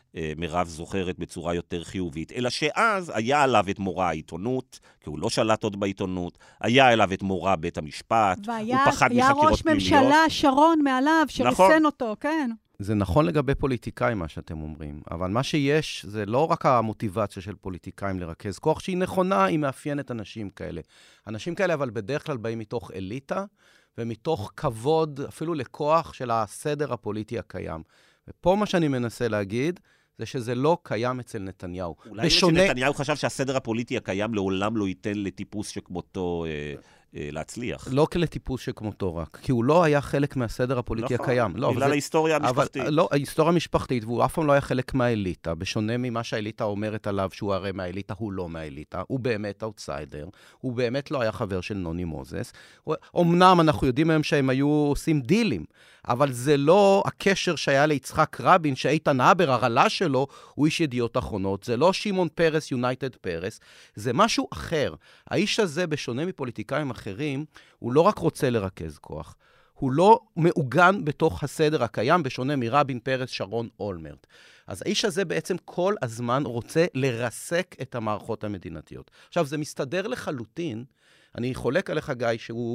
מרב זוכרת בצורה יותר חיובית, אלא שאז היה עליו את מורה העיתונות, כי הוא לא שלט עוד בעיתונות, היה עליו את מורה בית המשפט, הוא פחד מחקירות ראש פליליות. ממשלה שרון מעליו, שרסן נכון. אותו, כן. זה נכון לגבי פוליטיקאים, מה שאתם אומרים, אבל מה שיש זה לא רק המוטיבציה של פוליטיקאים לרכז כוח, שהיא נכונה, היא מאפיינת אנשים כאלה. אנשים כאלה, אבל בדרך כלל באים מתוך אליטה, ומתוך כבוד, אפילו לכוח של הסדר הפוליטי הקיים. ופה מה שאני מנסה להגיד, זה שזה לא קיים אצל נתניהו. אולי בשונה... שנתניהו חשב שהסדר הפוליטי הקיים לעולם לא ייתן לטיפוס שכמותו אה, אה, להצליח. לא לטיפוס שכמותו רק, כי הוא לא היה חלק מהסדר הפוליטי נכון, הקיים. לא, בגלל זה... ההיסטוריה המשפחתית. אבל, לא, ההיסטוריה המשפחתית, והוא אף פעם לא היה חלק מהאליטה, בשונה ממה שהאליטה אומרת עליו, שהוא הרי מהאליטה, הוא לא מהאליטה, הוא באמת אאוטסיידר, הוא באמת לא היה חבר של נוני מוזס. אמנם אנחנו יודעים היום שהם היו עושים דילים, אבל זה לא הקשר שהיה ליצחק רבין, שאיתן הבר, הרעלה שלו, הוא איש ידיעות אחרונות. זה לא שמעון פרס, יונייטד פרס, זה משהו אחר. האיש הזה, בשונה מפוליטיקאים אחרים, הוא לא רק רוצה לרכז כוח, הוא לא מעוגן בתוך הסדר הקיים, בשונה מרבין, פרס, שרון, אולמרט. אז האיש הזה בעצם כל הזמן רוצה לרסק את המערכות המדינתיות. עכשיו, זה מסתדר לחלוטין, אני חולק עליך, גיא, שהוא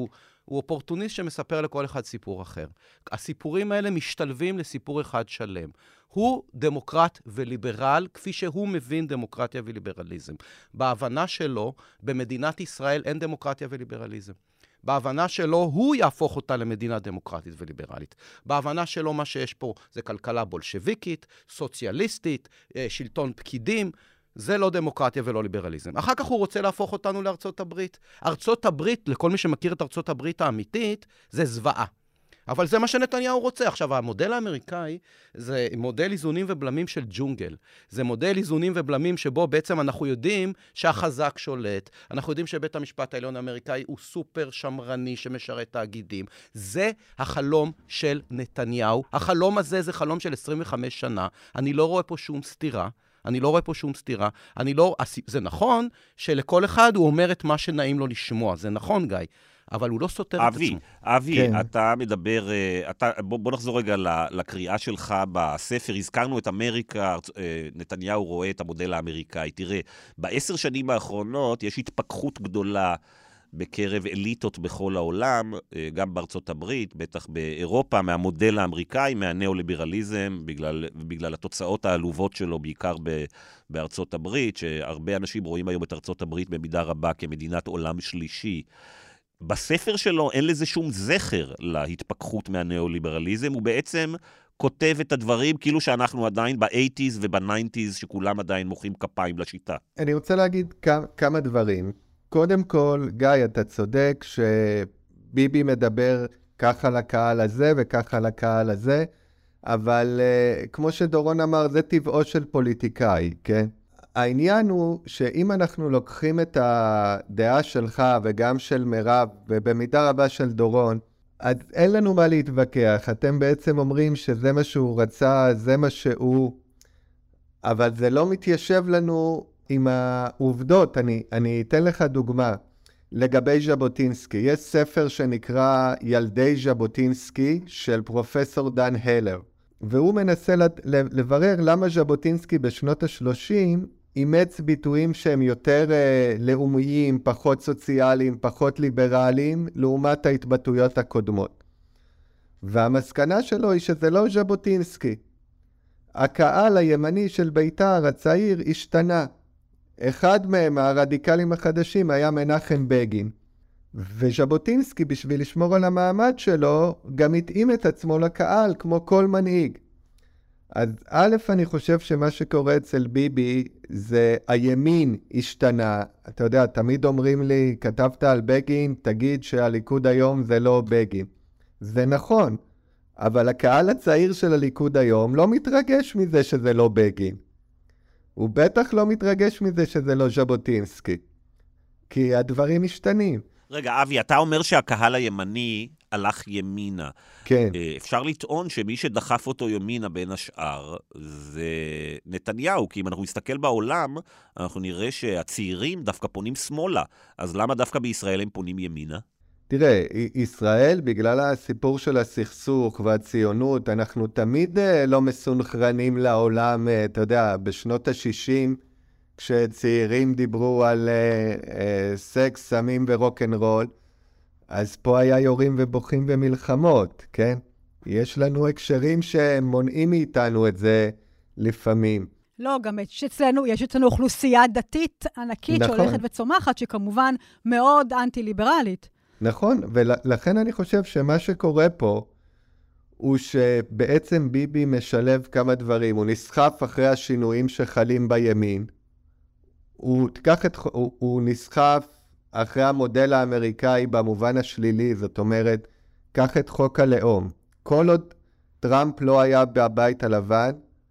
הוא אופורטוניסט שמספר לכל אחד סיפור אחר. הסיפורים האלה משתלבים לסיפור אחד שלם. הוא דמוקרט וליברל, כפי שהוא מבין דמוקרטיה וליברליזם. בהבנה שלו, במדינת ישראל אין דמוקרטיה וליברליזם. בהבנה שלו, הוא יהפוך אותה למדינה דמוקרטית וליברלית. בהבנה שלו, מה שיש פה זה כלכלה בולשביקית, סוציאליסטית, שלטון פקידים, זה לא דמוקרטיה ולא ליברליזם. אחר כך הוא רוצה להפוך אותנו לארצות הברית. ארצות הברית, לכל מי שמכיר את ארצות הברית האמיתית, זה זוועה. אבל זה מה שנתניהו רוצה. עכשיו, המודל האמריקאי זה מודל איזונים ובלמים של ג'ונגל. זה מודל איזונים ובלמים שבו בעצם אנחנו יודעים שהחזק שולט. אנחנו יודעים שבית המשפט העליון האמריקאי הוא סופר שמרני שמשרת תאגידים. זה החלום של נתניהו. החלום הזה זה חלום של עשרים וחמש שנה. אני לא רואה פה שום סתירה. אני לא רואה פה שום סתירה. אני לא... זה נכון שלכל אחד הוא אומר את מה שנעים לו לשמוע. זה נכון, גיא. אבל הוא לא סותר את עצמו. אבי, כן. אתה מדבר, אתה, בוא, בוא נחזור רגע לקריאה שלך בספר. הזכרנו את אמריקה, נתניהו רואה את המודל האמריקאי. תראה, בעשר שנים האחרונות יש התפכחות גדולה בקרב אליטות בכל העולם, גם בארצות הברית, בטח באירופה, מהמודל האמריקאי, מהניאו-ליברליזם, בגלל, בגלל התוצאות העלובות שלו, בעיקר ב, בארצות הברית, שהרבה אנשים רואים היום את ארצות הברית במידה רבה כמדינת עולם שלישי. בספר שלו אין לזה שום זכר להתפכחות מהניאו-ליברליזם, הוא בעצם כותב את הדברים כאילו שאנחנו עדיין ב-שמונים וב-תשעים שכולם עדיין מוחאים כפיים לשיטה. אני רוצה להגיד כמה, כמה דברים. קודם כל, גיא, אתה צודק שביבי מדבר ככה לקהל הזה וככה לקהל הזה, אבל uh, כמו שדורון אמר, זה טבעו של פוליטיקאי, כן? העניין הוא שאם אנחנו לוקחים את הדעה שלך וגם של מירב ובמידה רבה של דורון, אז אין לנו מה להתווכח. אתם בעצם אומרים שזה מה שהוא רצה, זה מה שהוא, אבל זה לא מתיישב לנו עם העובדות. אני, אני אתן לך דוגמה לגבי ז'בוטינסקי. יש ספר שנקרא ילדי ז'בוטינסקי של פרופסור דן הלר, והוא מנסה לברר למה ז'בוטינסקי בשנות ה-שלושים אימץ ביטויים שהם יותר uh, לאומיים, פחות סוציאליים, פחות ליברליים, לעומת ההתבטאויות הקודמות. והמסקנה שלו היא שזה לא ז'בוטינסקי. הקהל הימני של בית"ר הצעיר השתנה. אחד מהם, הרדיקלים החדשים, היה מנחם בגין. וז'בוטינסקי, בשביל לשמור על המעמד שלו, גם התאים את עצמו לקהל, כמו כל מנהיג. אז א', אני חושב שמה שקורה אצל ביבי זה הימין השתנה. אתה יודע, תמיד אומרים לי, כתבת על בגין, תגיד שהליכוד היום זה לא בגין. זה נכון, אבל הקהל הצעיר של הליכוד היום לא מתרגש מזה שזה לא בגין. הוא בטח לא מתרגש מזה שזה לא ז'בוטינסקי, כי הדברים משתנים. רגע, אבי, אתה אומר שהקהל הימני הלך ימינה. כן. אפשר לטעון שמי שדחף אותו ימינה בין השאר זה נתניהו, כי אם אנחנו נסתכל בעולם, אנחנו נראה שהצעירים דווקא פונים שמאלה. אז למה דווקא בישראל הם פונים ימינה? תראה, ישראל, בגלל הסיפור של הסכסוך והציונות, אנחנו תמיד לא מסונכרנים לעולם. אתה יודע, בשנות ה-שישים, כשצעירים דיברו על uh, uh, סקס, סמים ורוק'נ'רול, אז פה היה יורים ובוכים ומלחמות, כן? יש לנו הקשרים שמונעים מאיתנו את זה לפעמים. לא, גם יש אצלנו, יש אצלנו אוכלוסייה דתית ענקית נכון. שהולכת וצומחת, שכמובן מאוד אנטי-ליברלית. נכון, ולכן אני חושב שמה שקורה פה, הוא שבעצם ביבי משלב כמה דברים. הוא נסחף אחרי השינויים שחלים בימין. הוא, תיקח את, הוא, הוא נסחף אחרי המודל האמריקאי במובן השלילי, זאת אומרת, קח את חוק הלאום. כל עוד טראמפ לא היה בבית הלבן,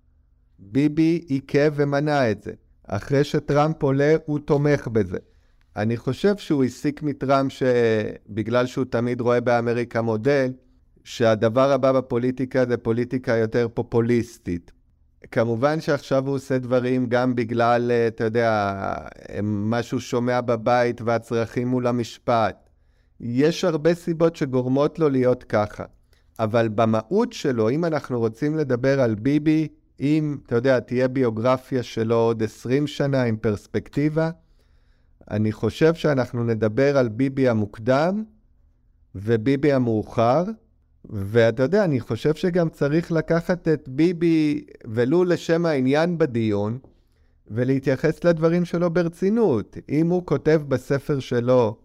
ביבי עיקב ומנע את זה. אחרי שטראמפ עולה, הוא תומך בזה. אני חושב שהוא הסיק מטראמפ שבגלל שהוא תמיד רואה באמריקה מודל, שהדבר הבא בפוליטיקה זה פוליטיקה יותר פופוליסטית. כמובן שעכשיו הוא עושה דברים גם בגלל, אתה יודע, משהו שומע בבית והצרכים מול המשפט. יש הרבה סיבות שגורמות לו להיות ככה. אבל במהות שלו, אם אנחנו רוצים לדבר על ביבי, אם, אתה יודע, תהיה ביוגרפיה שלו עוד עשרים שנה עם פרספקטיבה, אני חושב שאנחנו נדבר על ביבי המוקדם, וביבי המאוחר, ואתה יודע, אני חושב שגם צריך לקחת את ביבי ולו לשם העניין בדיון, ולהתייחס לדברים שלו ברצינות. אם הוא כותב בספר שלו,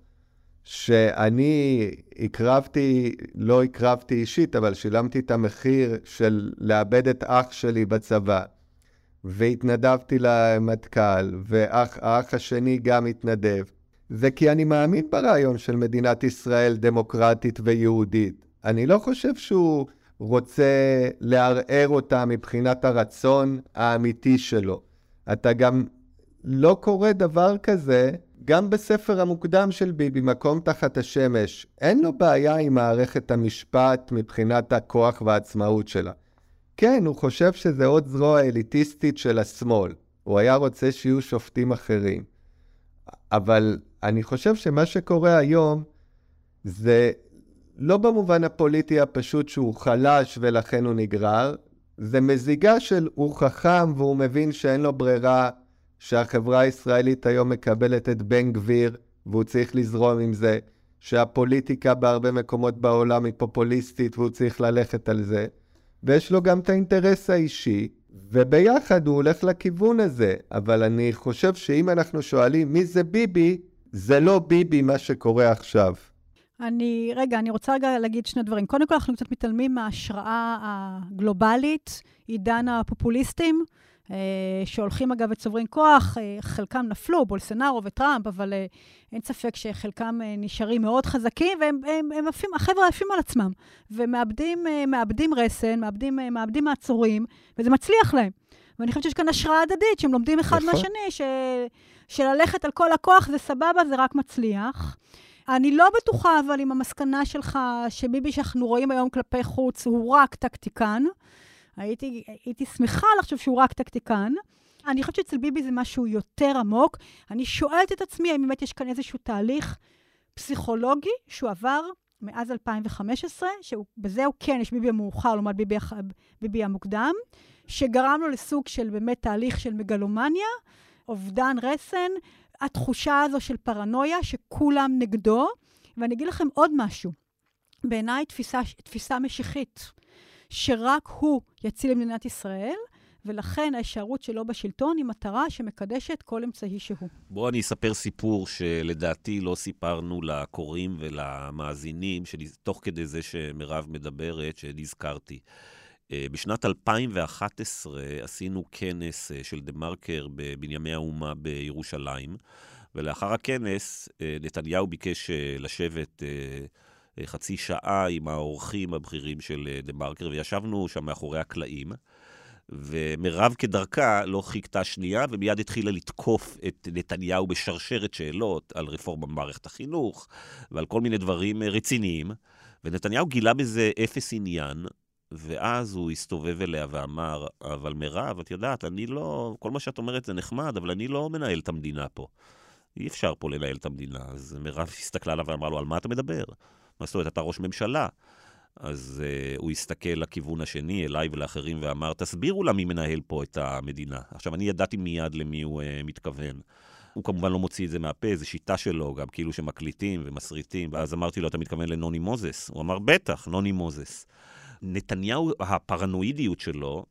שאני הקרבתי, לא הקרבתי אישית, אבל שילמתי את המחיר של לאבד את אח שלי בצבא, והתנדבתי למטכ"ל, והאח השני גם התנדב. זה כי אני מאמין ברעיון של מדינת ישראל דמוקרטית ויהודית. אני לא חושב שהוא רוצה לערער אותה מבחינת הרצון האמיתי שלו. אתה גם לא קורא דבר כזה, גם בספר המוקדם של ביבי, מקום תחת השמש, אין לו בעיה עם מערכת המשפט מבחינת הכוח והעצמאות שלה. כן, הוא חושב שזה עוד זרוע אליטיסטית של השמאל. הוא היה רוצה שיהיו שופטים אחרים. אבל אני חושב שמה שקורה היום, זה לא במובן הפוליטי הפשוט שהוא חלש ולכן הוא נגרר, זה מזיגה של הוא חכם והוא מבין שאין לו ברירה, שהחברה הישראלית היום מקבלת את בן גביר, והוא צריך לזרום עם זה, שהפוליטיקה בהרבה מקומות בעולם היא פופוליסטית, והוא צריך ללכת על זה, ויש לו גם את האינטרס האישי, וביחד הוא הולך לכיוון הזה. אבל אני חושב שאם אנחנו שואלים מי זה ביבי, זה לא ביבי מה שקורה עכשיו. אני, רגע, אני רוצה רגע להגיד שני דברים. קודם כל, אנחנו קצת מתעלמים מההשראה הגלובלית, עידן הפופוליסטים, שהולכים אגב וצוברים כוח, חלקם נפלו, בולסונארו וטראמפ, אבל אין ספק שחלקם נשארים מאוד חזקים, והם הם, הם עפים, החבר'ה עפים על עצמם, ומאבדים מאבדים רסן, מאבדים, מאבדים מעצורים, וזה מצליח להם. ואני חושבת שיש כאן השראה הדדית, שהם לומדים אחד מהשני, ש, שללכת על כל הכוח זה סבבה, זה רק מצליח. אני לא בטוחה, אבל עם המסקנה שלך, שביבי שאנחנו רואים היום כלפי חוץ, הוא רק טקטיקן, הייתי, הייתי שמחה לחשוב שהוא רק טקטיקן. אני חושבת שאצל ביבי זה משהו יותר עמוק. אני שואלת את עצמי, האם באמת יש כאן איזשהו תהליך פסיכולוגי שהוא עבר מאז אלפיים וחמש עשרה, שבזה הוא כן, יש ביבי המאוחר, לעומת ביבי, ביבי המוקדם, שגרם לו לסוג של באמת תהליך של מגלומניה, אובדן רסן, התחושה הזו של פרנויה, שכולם נגדו. ואני אגיד לכם עוד משהו. בעיניי תפיסה, תפיסה משיחית. שרק הוא יציל למדינת ישראל, ולכן ההישארות שלו בשלטון היא מטרה שמקדשת כל אמצעי שהוא. בואו אני אספר סיפור שלדעתי לא סיפרנו לקוראים ולמאזינים, תוך כדי זה שמרב מדברת, שנזכרתי. בשנת אלפיים ואחת עשרה עשינו כנס של דה-מרקר בבנייני האומה בירושלים, ולאחר הכנס נתניהו ביקש לשבת חצי שעה עם האורחים הבכירים של דה-מרקר, וישבנו שם מאחורי הקלעים, ומרב כדרכה לא חיכתה שנייה, ומיד התחילה לתקוף את נתניהו בשרשרת שאלות על רפורמה במערכת החינוך, ועל כל מיני דברים רציניים, ונתניהו גילה בזה אפס עניין, ואז הוא הסתובב אליה ואמר, אבל מרב, את יודעת, אני לא, כל מה שאת אומרת זה נחמד, אבל אני לא מנהל את המדינה פה. אי אפשר פה לנהל את המדינה. אז מרב הסתכלה עליו ואמרה לו, על מה אתה מדבר? מה זאת אומרת, אתה ראש ממשלה. אז uh, הוא הסתכל לכיוון השני, אליי ולאחרים, ואמר, תסבירו לה מי מנהל פה את המדינה. עכשיו, אני ידעתי מיד למי הוא uh, מתכוון. הוא כמובן לא מוציא את זה מהפה, זו שיטה שלו, גם כאילו שמקליטים ומסריטים. ואז אמרתי לו, אתה מתכוון לנוני מוזס? הוא אמר, בטח, נוני מוזס. נתניהו, הפרנואידיות שלו,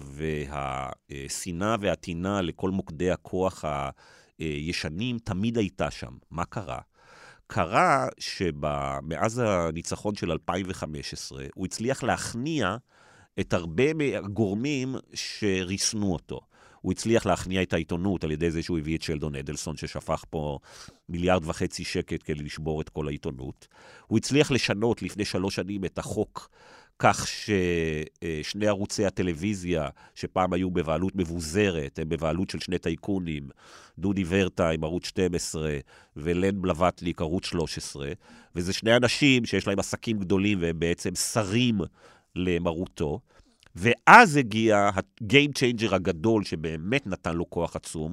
והשנאה והתינה לכל מוקדי הכוח הישנים, תמיד הייתה שם. מה קרה? קרה שמאז הניצחון של אלפיים וחמש עשרה, הוא הצליח להכניע את הרבה מהגורמים שריסנו אותו. הוא הצליח להכניע את העיתונות על ידי זה שהוא הביא את שלדון אדלסון, ששפך פה מיליארד וחצי שקט כדי לשבור את כל העיתונות. הוא הצליח לשנות לפני שלוש שנים את החוק, כך ששני ערוצי הטלוויזיה, שפעם היו בבעלות מבוזרת, הם בבעלות של שני טייקונים, דודי ורטה עם ערוץ שתים עשרה, ולן בלווטליק ערוץ שלוש עשרה, וזה שני אנשים שיש להם עסקים גדולים, והם בעצם שרים למרותו, ואז הגיע ה-game changer הגדול, שבאמת נתן לו כוח עצום,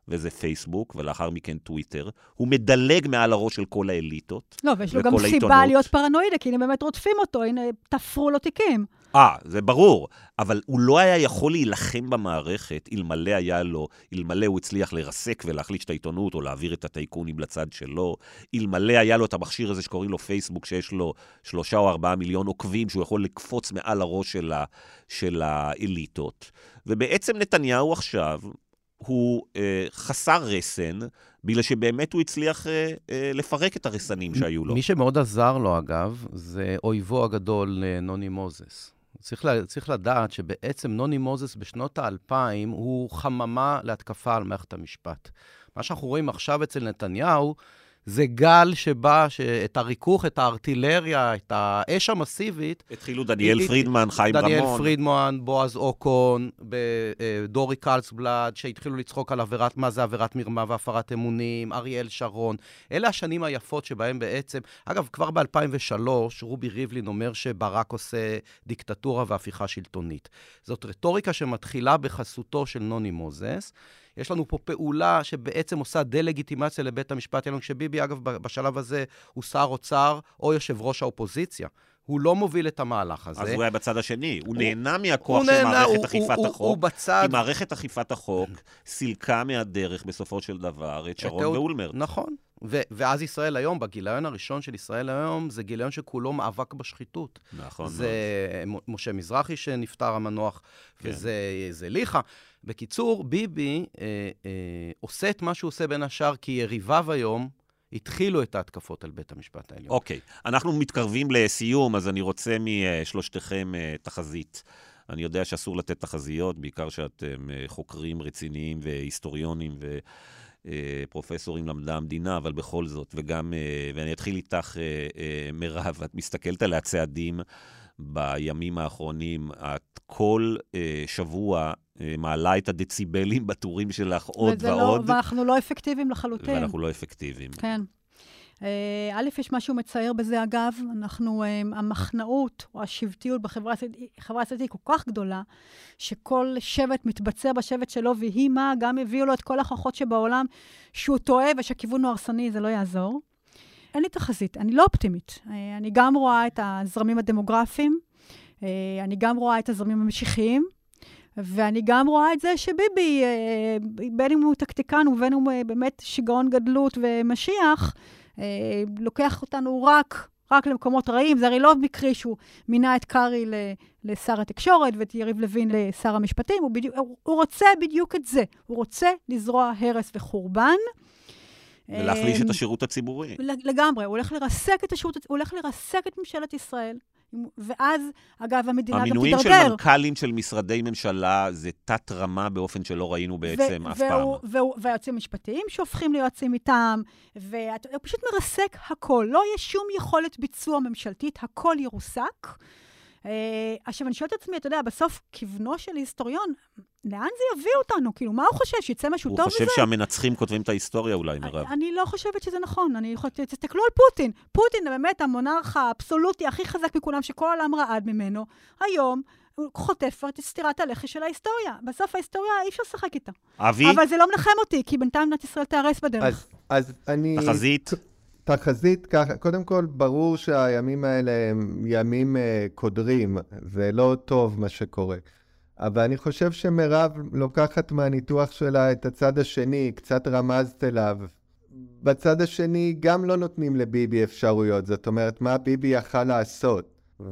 וזה פייסבוק, ולאחר מכן טוויטר. הוא מדלג מעל הראש של כל האליטות. לא, ויש לו גם סיבה להיות פרנואידה, כי הנה באמת רודפים אותו, הנה תפרו לו תיקים. אה, זה ברור, אבל הוא לא היה יכול להילחם במערכת, אלמלא היה לו, אלמלא הוא הצליח לרסק ולהחליש את העיתונות, או להעביר את הטייקונים לצד שלו, אלמלא היה לו את המכשיר הזה שקוראים לו פייסבוק, שיש לו שלושה או ארבעה מיליון עוקבים, שהוא יכול לקפוץ מעל הראש של, ה, של האליטות. ובעצם נתניהו עכשיו, הוא אה, חסר רסן, בגלל שבאמת הוא הצליח אה, אה, לפרק את הרסנים שהיו לו. מי שמאוד עזר לו, אגב, זה אויבו הגדול נוני מוזס. צריך, לה, צריך לדעת שבעצם נוני מוזס בשנות האלפיים הוא חממה להתקפה על מערכת המשפט. מה שאנחנו רואים עכשיו אצל נתניהו, זה גל שבא, את הריכוך, את הארטילריה, את האש המסיבית. התחילו דניאל פרידמן, חיים רמון. דניאל פרידמן, בועז אוקון, דורי קלצבלד, שהתחילו לצחוק על עבירת, מה זה עבירת מרמה והפרת אמונים, אריאל שרון. אלה השנים היפות שבהם בעצם, אגב, כבר ב-אלפיים ושלוש, רובי ריבלין אומר שברק עושה דיקטטורה והפיכה שלטונית. זאת רטוריקה שמתחילה בחסותו של נוני מוזס, יש לנו פה פעולה שבעצם עושה דה-לגיטימציה לבית המשפט העליון, כשביבי, אגב, בשלב הזה הוא שר אוצר או יושב ראש האופוזיציה. הוא לא מוביל את המהלך הזה. אז הוא היה בצד השני. הוא, הוא נהנה מהכוח של מערכת אכיפת החוק. הוא בצד... כי מערכת אכיפת החוק סילקה מהדרך בסופו של דבר את שרון ואולמרט. נכון. ו- ואז ישראל היום, בגיליון הראשון של ישראל היום, זה גיליון שכולו מאבק בשחיתות. נכון. זה נכון. משה מזרחי שנפטר המנוח, כן. וזה זה ליחה. בקיצור, ביבי אה, אה, עושה את מה שהוא עושה בין השאר, כי יריביו היום התחילו את ההתקפות על בית המשפט העליון. אוקיי, אנחנו מתקרבים לסיום, אז אני רוצה משלושתכם תחזית. אני יודע שאסור לתת תחזיות, בעיקר שאתם חוקרים רציניים והיסטוריונים ופרופסורים למדע המדינה, אבל בכל זאת, וגם, ואני אתחיל איתך, מירב, את מסתכלת על הצעדים בימים האחרונים, את כל שבוע מעלה את הדציבלים בטורים שלך עוד ועוד. לא, ואנחנו לא אפקטיביים לחלוטין. ואנחנו לא אפקטיביים. כן. א', יש משהו מצער בזה, אגב, אנחנו, המחנאות או השבטיות בחברה הישראלית היא כל כך גדולה, שכל שבט מתבצע בשבט שלו, והיא מה, גם הביאו לו את כל הכוחות שבעולם, שהוא טועה ושהכיוון הוא הרסני, זה לא יעזור. אין לי תחזית, אני לא אופטימית. אני גם רואה את הזרמים הדמוגרפיים, אני גם רואה את הזרמים המשיחיים, ואני גם רואה את זה שביבי, בין אם הוא טקטיקן ובין אם הוא באמת שיגעון גדלות ומשיח, לוקח אותנו רק, רק למקומות רעים. זה הרי לא מקרי שהוא מינה את קרי לשר התקשורת ואת יריב לוין לשר המשפטים. הוא, בדיוק, הוא רוצה בדיוק את זה. הוא רוצה לזרוע הרס וחורבן. ולהחליש את השירות הציבורי. לגמרי. הוא הולך לרסק את השירות, הוא הולך לרסק את ממשלת ישראל. ואז, אגב, המדינה גם תדרדר. המינויים של מנכ"לים של משרדי ממשלה זה תת רמה באופן שלא ראינו בעצם אף פעם. והיועצים המשפטיים שהופכים ליועצים מטעם, והוא פשוט מרסק הכל. לא יש שום יכולת ביצוע ממשלתית, הכל ירוסק. עכשיו, אני שואלת את עצמי, אתה יודע, בסוף כיוונו של היסטוריון, לאן זה יביא אותנו? כאילו, מה הוא חושב? שיצא משהו טוב מזה? הוא חושב שהמנצחים כותבים את ההיסטוריה אולי, מירב. אני לא חושבת שזה נכון. אני יכולת, תסתכלו על פוטין. פוטין באמת המונרך האבסולוטי הכי חזק מכולם, שכל העולם רעד ממנו. היום הוא חוטף את סתירת הלחי של ההיסטוריה. בסוף ההיסטוריה אי אפשר לשחק איתה. אבי? אבל זה לא מנחם אותי, כי בינתיים מדינת ישראל תהרס בדרך. אז, אז אני... תחזית? תחזית ככה. קודם כל, ברור שהימים האלה הם ימים uh, קודרים. זה לא טוב מה שקורה. אבל אני חושב שמירב לוקחת מהניתוח שלה את הצד השני, קצת רמזת אליו. בצד השני גם לא נותנים לביבי אפשרויות, זאת אומרת, מה ביבי יכל לעשות?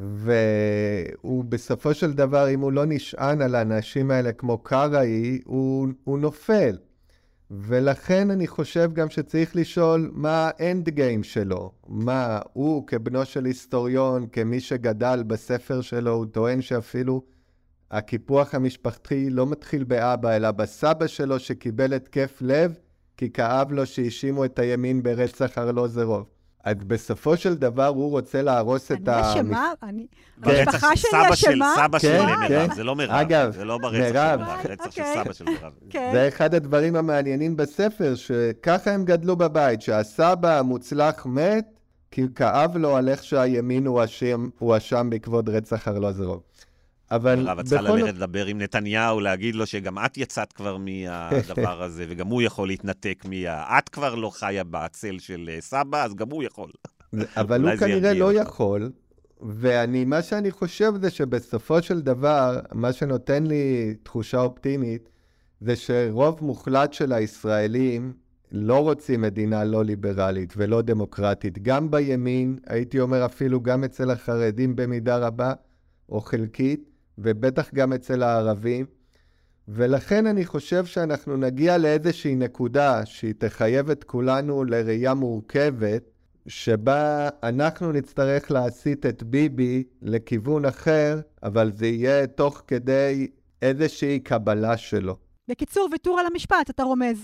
והוא בסופו של דבר, אם הוא לא נשען על האנשים האלה כמו קראי, הוא, הוא נופל. ולכן אני חושב גם שצריך לשאול מה האנד גיים שלו. מה הוא כבנו של היסטוריון, כמי שגדל בספר שלו, הוא טוען שאפילו הקיפוח המשפחתי לא מתחיל באבא, אלא בסבא שלו שקיבל התקף לב, כי כאב לו שהאשימו את הימין ברצח ארלוזורוב. אז בסופו של דבר הוא רוצה להרוס את ה... אני אשמה? אני... המשפחה שלי אשמה? סבא של מירב, זה לא מירב. אגב, זה לא ברצח של מירב, רצח של סבא של מירב. זה אחד הדברים המעניינים בספר, שככה הם גדלו בבית, שהסבא המוצלח מת, כי כאב לו על איך שהימין הוא אשם בעקבות רצח ארלוזורוב. אבל מירב, את צריכה בכל... ללכת לדבר עם נתניהו, להגיד לו שגם את יצאת כבר מהדבר הזה, וגם הוא יכול להתנתק מה... את כבר לא חיה בצל של סבא, אז גם הוא יכול. אבל הוא כנראה לא יכול, ואני, מה שאני חושב זה שבסופו של דבר, מה שנותן לי תחושה אופטימית, זה שרוב מוחלט של הישראלים לא רוצים מדינה לא ליברלית ולא דמוקרטית. גם בימין, הייתי אומר אפילו גם אצל החרדים במידה רבה, או חלקית, ובטח גם אצל הערבים. ולכן אני חושב שאנחנו נגיע לאיזושהי נקודה שהיא תחייב את כולנו לראייה מורכבת, שבה אנחנו נצטרך להסיט את ביבי לכיוון אחר, אבל זה יהיה תוך כדי איזושהי קבלה שלו. בקיצור, ויתור על המשפט, אתה רומז.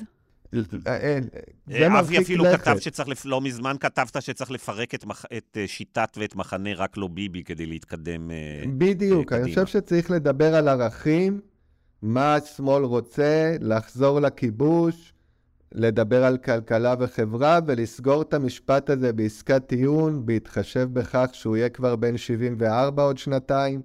אבי אפילו כתב שצריך, לא מזמן כתבת שצריך לפרק את שיטת ואת מחנה רק לא ביבי כדי להתקדם. בדיוק, אני חושב שצריך לדבר על ערכים, מה השמאל רוצה, לחזור לכיבוש, לדבר על כלכלה וחברה, ולסגור את המשפט הזה בעסקת טיעון, בהתחשב בכך שהוא יהיה כבר בין שבעים וארבע עוד שנתיים,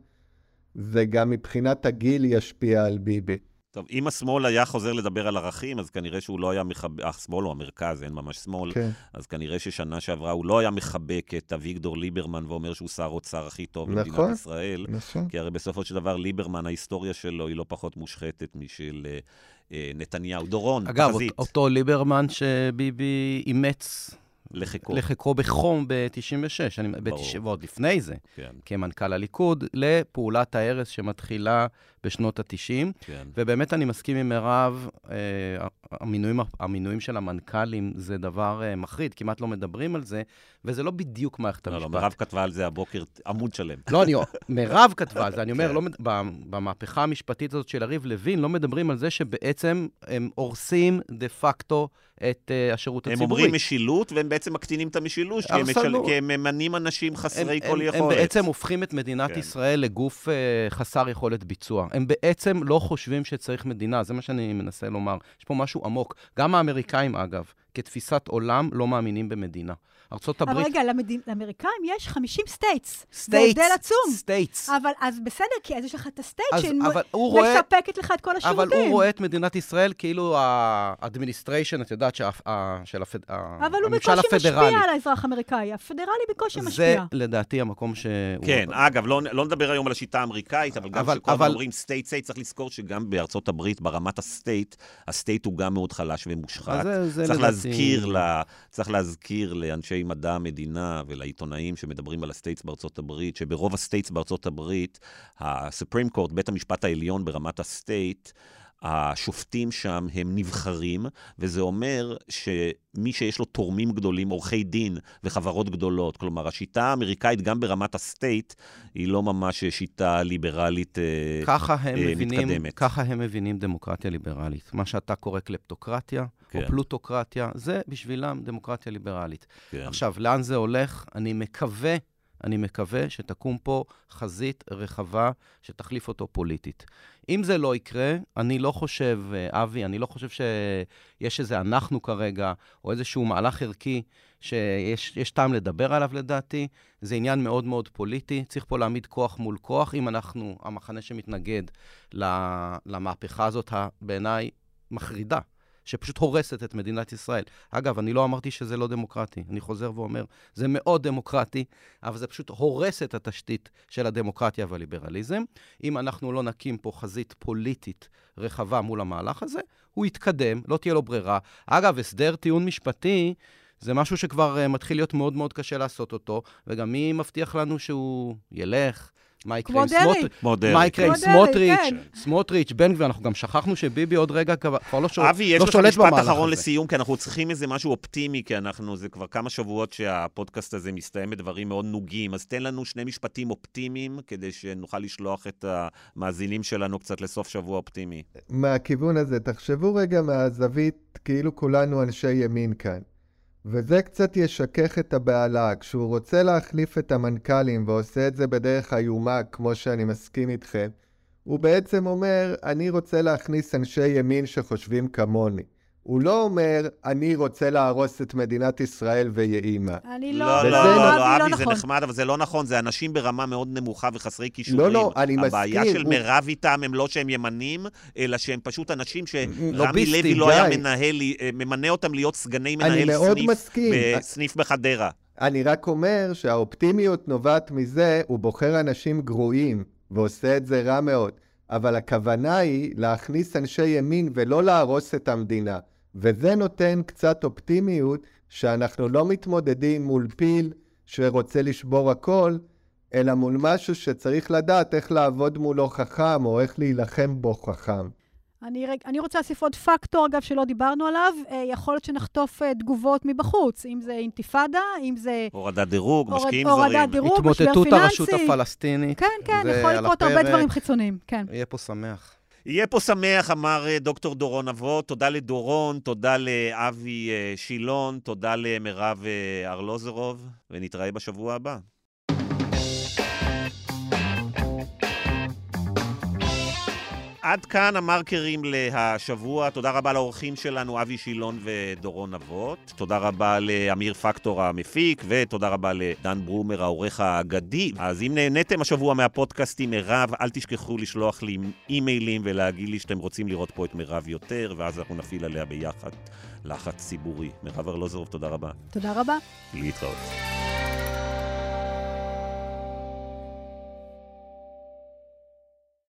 וגם מבחינת הגיל ישפיע על ביבי. טוב, אם השמאל היה חוזר לדבר על ערכים, אז כנראה שהוא לא היה מחבק, השמאל או המרכז, אין ממש שמאל, כן. אז כנראה ששנה שעברה הוא לא היה מחבק את אביגדור ליברמן, ואומר שהוא שר אוצר הכי טוב נכון, במדינת ישראל, נכון. כי הרי בסופו של דבר ליברמן, ההיסטוריה שלו היא לא פחות מושחתת משל אה, נתניהו. דורון, אגב, תחזית. אותו ליברמן שביבי אימץ לחיקו. לחיקו בחום ב-תשעים ושש, אני, בתש... ועוד לפני זה, כן. כמנכ"ל הליכוד, לפעולת ההרס שמתחילה בשנות ה-תשעים, כן. ובאמת אני מסכים עם מירב, אה, המינויים, המינויים של המנכ"לים זה דבר אה, מחריד, כמעט לא מדברים על זה, וזה לא בדיוק מערכת לא, המשפט. לא, מירב כתבה על זה הבוקר עמוד שלם. לא, אני, מירב כתבה על זה, אני אומר, כן. לא, במהפכה המשפטית הזאת של יריב לוין, לא מדברים על זה שבעצם הם הורסים דה פקטו את uh, השירות הם הציבורי. הם אומרים משילות, והם בעצם מקטינים את המשילות, כי הם, משל... כי הם ממנים אנשים חסרי הם, כל הם, יכולת. הם בעצם הופכים את מדינת כן. ישראל לגוף uh, חסר יכולת ביצוע. הם בעצם לא חושבים שצריך מדינה, זה מה שאני מנסה לומר. יש פה משהו עמוק. גם האמריקאים, אגב, כתפיסת עולם, לא מאמינים במדינה. ארצות הברית... אבל רגע, למד... לאמריקאים יש חמישים סטייטס. סטייטס. זה הבדל עצום. סטייטס. אבל אז בסדר, כי אז יש לך את הסטייט שמספקת רואה... לך את כל השירותים. אבל הוא רואה את מדינת ישראל כאילו האדמיניסטריישן, את יודעת, של הממשל הפדרלי. אבל הוא בקושי משפיע על האזרח האמריקאי. הפדרלי בקושי משפיע. זה לדעתי המקום שהוא... כן, אגב, לא, לא נדבר היום על השיטה האמריקאית, אבל גם שכל אבל... אומרים סטייט סטייט, צריך לזכור שגם בארצות הברית, ברמת הסטייט, הסטייט הוא גם מאוד חלש ומושחת. זה, זה צריך, להזכיר לה, צריך להזכיר לאנשי מדע המדינה ולעיתונאים שמדברים על הסטייטס בארצות הברית, שברוב הסטייטס בארצות הברית, הסופרים קורט, בית המשפט העליון ברמת הסטייט, השופטים שם הם נבחרים, וזה אומר שמי שיש לו תורמים גדולים, עורכי דין וחברות גדולות, כלומר, השיטה האמריקאית גם ברמת הסטייט, היא לא ממש שיטה ליברלית ככה הם אה, מבינים, מתקדמת. ככה הם מבינים דמוקרטיה ליברלית. מה שאתה קורא קלפטוקרטיה, כן. או פלוטוקרטיה, זה בשבילם דמוקרטיה ליברלית. כן. עכשיו, לאן זה הולך? אני מקווה, אני מקווה שתקום פה חזית רחבה שתחליף אותו פוליטית. אם זה לא יקרה, אני לא חושב, אבי, אני לא חושב שיש איזה אנחנו כרגע, או איזשהו מהלך ערכי שיש יש טעם לדבר עליו לדעתי. זה עניין מאוד מאוד פוליטי. צריך פה להעמיד כוח מול כוח. אם אנחנו, המחנה שמתנגד למהפכה הזאת, בעיניי מחרידה, שפשוט הורסת את מדינת ישראל. אגב, אני לא אמרתי שזה לא דמוקרטי. אני חוזר ואומר, זה מאוד דמוקרטי, אבל זה פשוט הורס את התשתית של הדמוקרטיה והליברליזם. אם אנחנו לא נקים פה חזית פוליטית רחבה מול המהלך הזה, הוא יתקדם, לא תהיה לו ברירה. אגב, הסדר טיעון משפטי, זה משהו שכבר uh, מתחיל להיות מאוד מאוד קשה לעשות אותו, וגם מי מבטיח לנו שהוא ילך, מה יקרה עם סמוטריץ', סמוטריץ', בן גביר, אנחנו גם שכחנו שביבי עוד רגע כבר לא שולט במהלך הזה. אבי, יש לך משפט אחרון לסיום, כי אנחנו צריכים איזה משהו אופטימי, כי אנחנו, זה כבר כמה שבועות שהפודקאסט הזה מסתיים בדברים מאוד נוגעים, אז תן לנו שני משפטים אופטימיים, כדי שנוכל לשלוח את המאזינים שלנו קצת לסוף שבוע אופטימי. מהכיוון הזה, תחשבו רגע מהזווית, כאילו כולנו אנשי ימין כאן. וזה קצת ישכח את הבעלה. כשהוא רוצה להחליף את המנכ"לים ועושה את זה בדרך איומה, כמו שאני מסכים איתכם, הוא בעצם אומר, אני רוצה להכניס אנשי ימין שחושבים כמוני. הוא לא אומר, אני רוצה להרוס את מדינת ישראל ויאימה. אני לא, לא, לא, לא, לא, אבי, אבי, לא זה נכון. נחמד, אבל זה לא נכון, זה אנשים ברמה מאוד נמוכה וחסרי כישורים. לא, לא, אני מסכים. הבעיה של הוא- מירב איתם הם לא שהם ימנים, אלא שהם פשוט אנשים שרמי לוביסטים, לוי לא היה גיא. מנהל, ממנה אותם להיות סגני אני מנהל מאוד סניף, מסכים. בסניף בחדרה. אני רק אומר שהאופטימיות נובעת מזה, הוא בוחר אנשים גרועים, ועושה את זה רע מאוד. אבל הכוונה היא להכניס אנשי ימין ולא להרוס את המדינה. וזה נותן קצת אופטימיות שאנחנו לא מתמודדים מול פיל שרוצה לשבור הכל, אלא מול משהו שצריך לדעת איך לעבוד מולו חכם או איך להילחם בו חכם. אני, רג- אני רוצה להוסיף עוד פקטור, אגב, שלא דיברנו עליו. אה, יכול להיות שנחטוף אה, תגובות מבחוץ, אם זה אינתיפאדה, אם זה הורדת דירוג, הורד- משקיעים הורדת זרים. דירוג, משבר התמוטטות פיננסי. הרשות הפלסטינית. כן, כן, זה יכול על לקרות הרבה הפרק. דברים חיצוניים, כן. יהיה פה שמח. יהיה פה שמח, אמר אה, דוקטור דורון אבות. תודה לדורון, תודה לאבי אה, שילון, תודה למירב אה, ארלוזרוב, ונתראה בשבוע הבא. עד כאן המרקרים להשבוע. תודה רבה לאורחים שלנו, אבי שילון ודורון אבות. תודה רבה לאמיר פקטור המפיק, ותודה רבה לדן ברומר, העורך האגדי. אז אם נהניתם השבוע מהפודקאסט עם מירב, אל תשכחו לשלוח לי אימיילים ולהגיד לי שאתם רוצים לראות פה את מירב יותר, ואז אנחנו נפעיל עליה ביחד לחץ ציבורי. מירב ארלוזרוב, תודה רבה. תודה רבה. להתראות.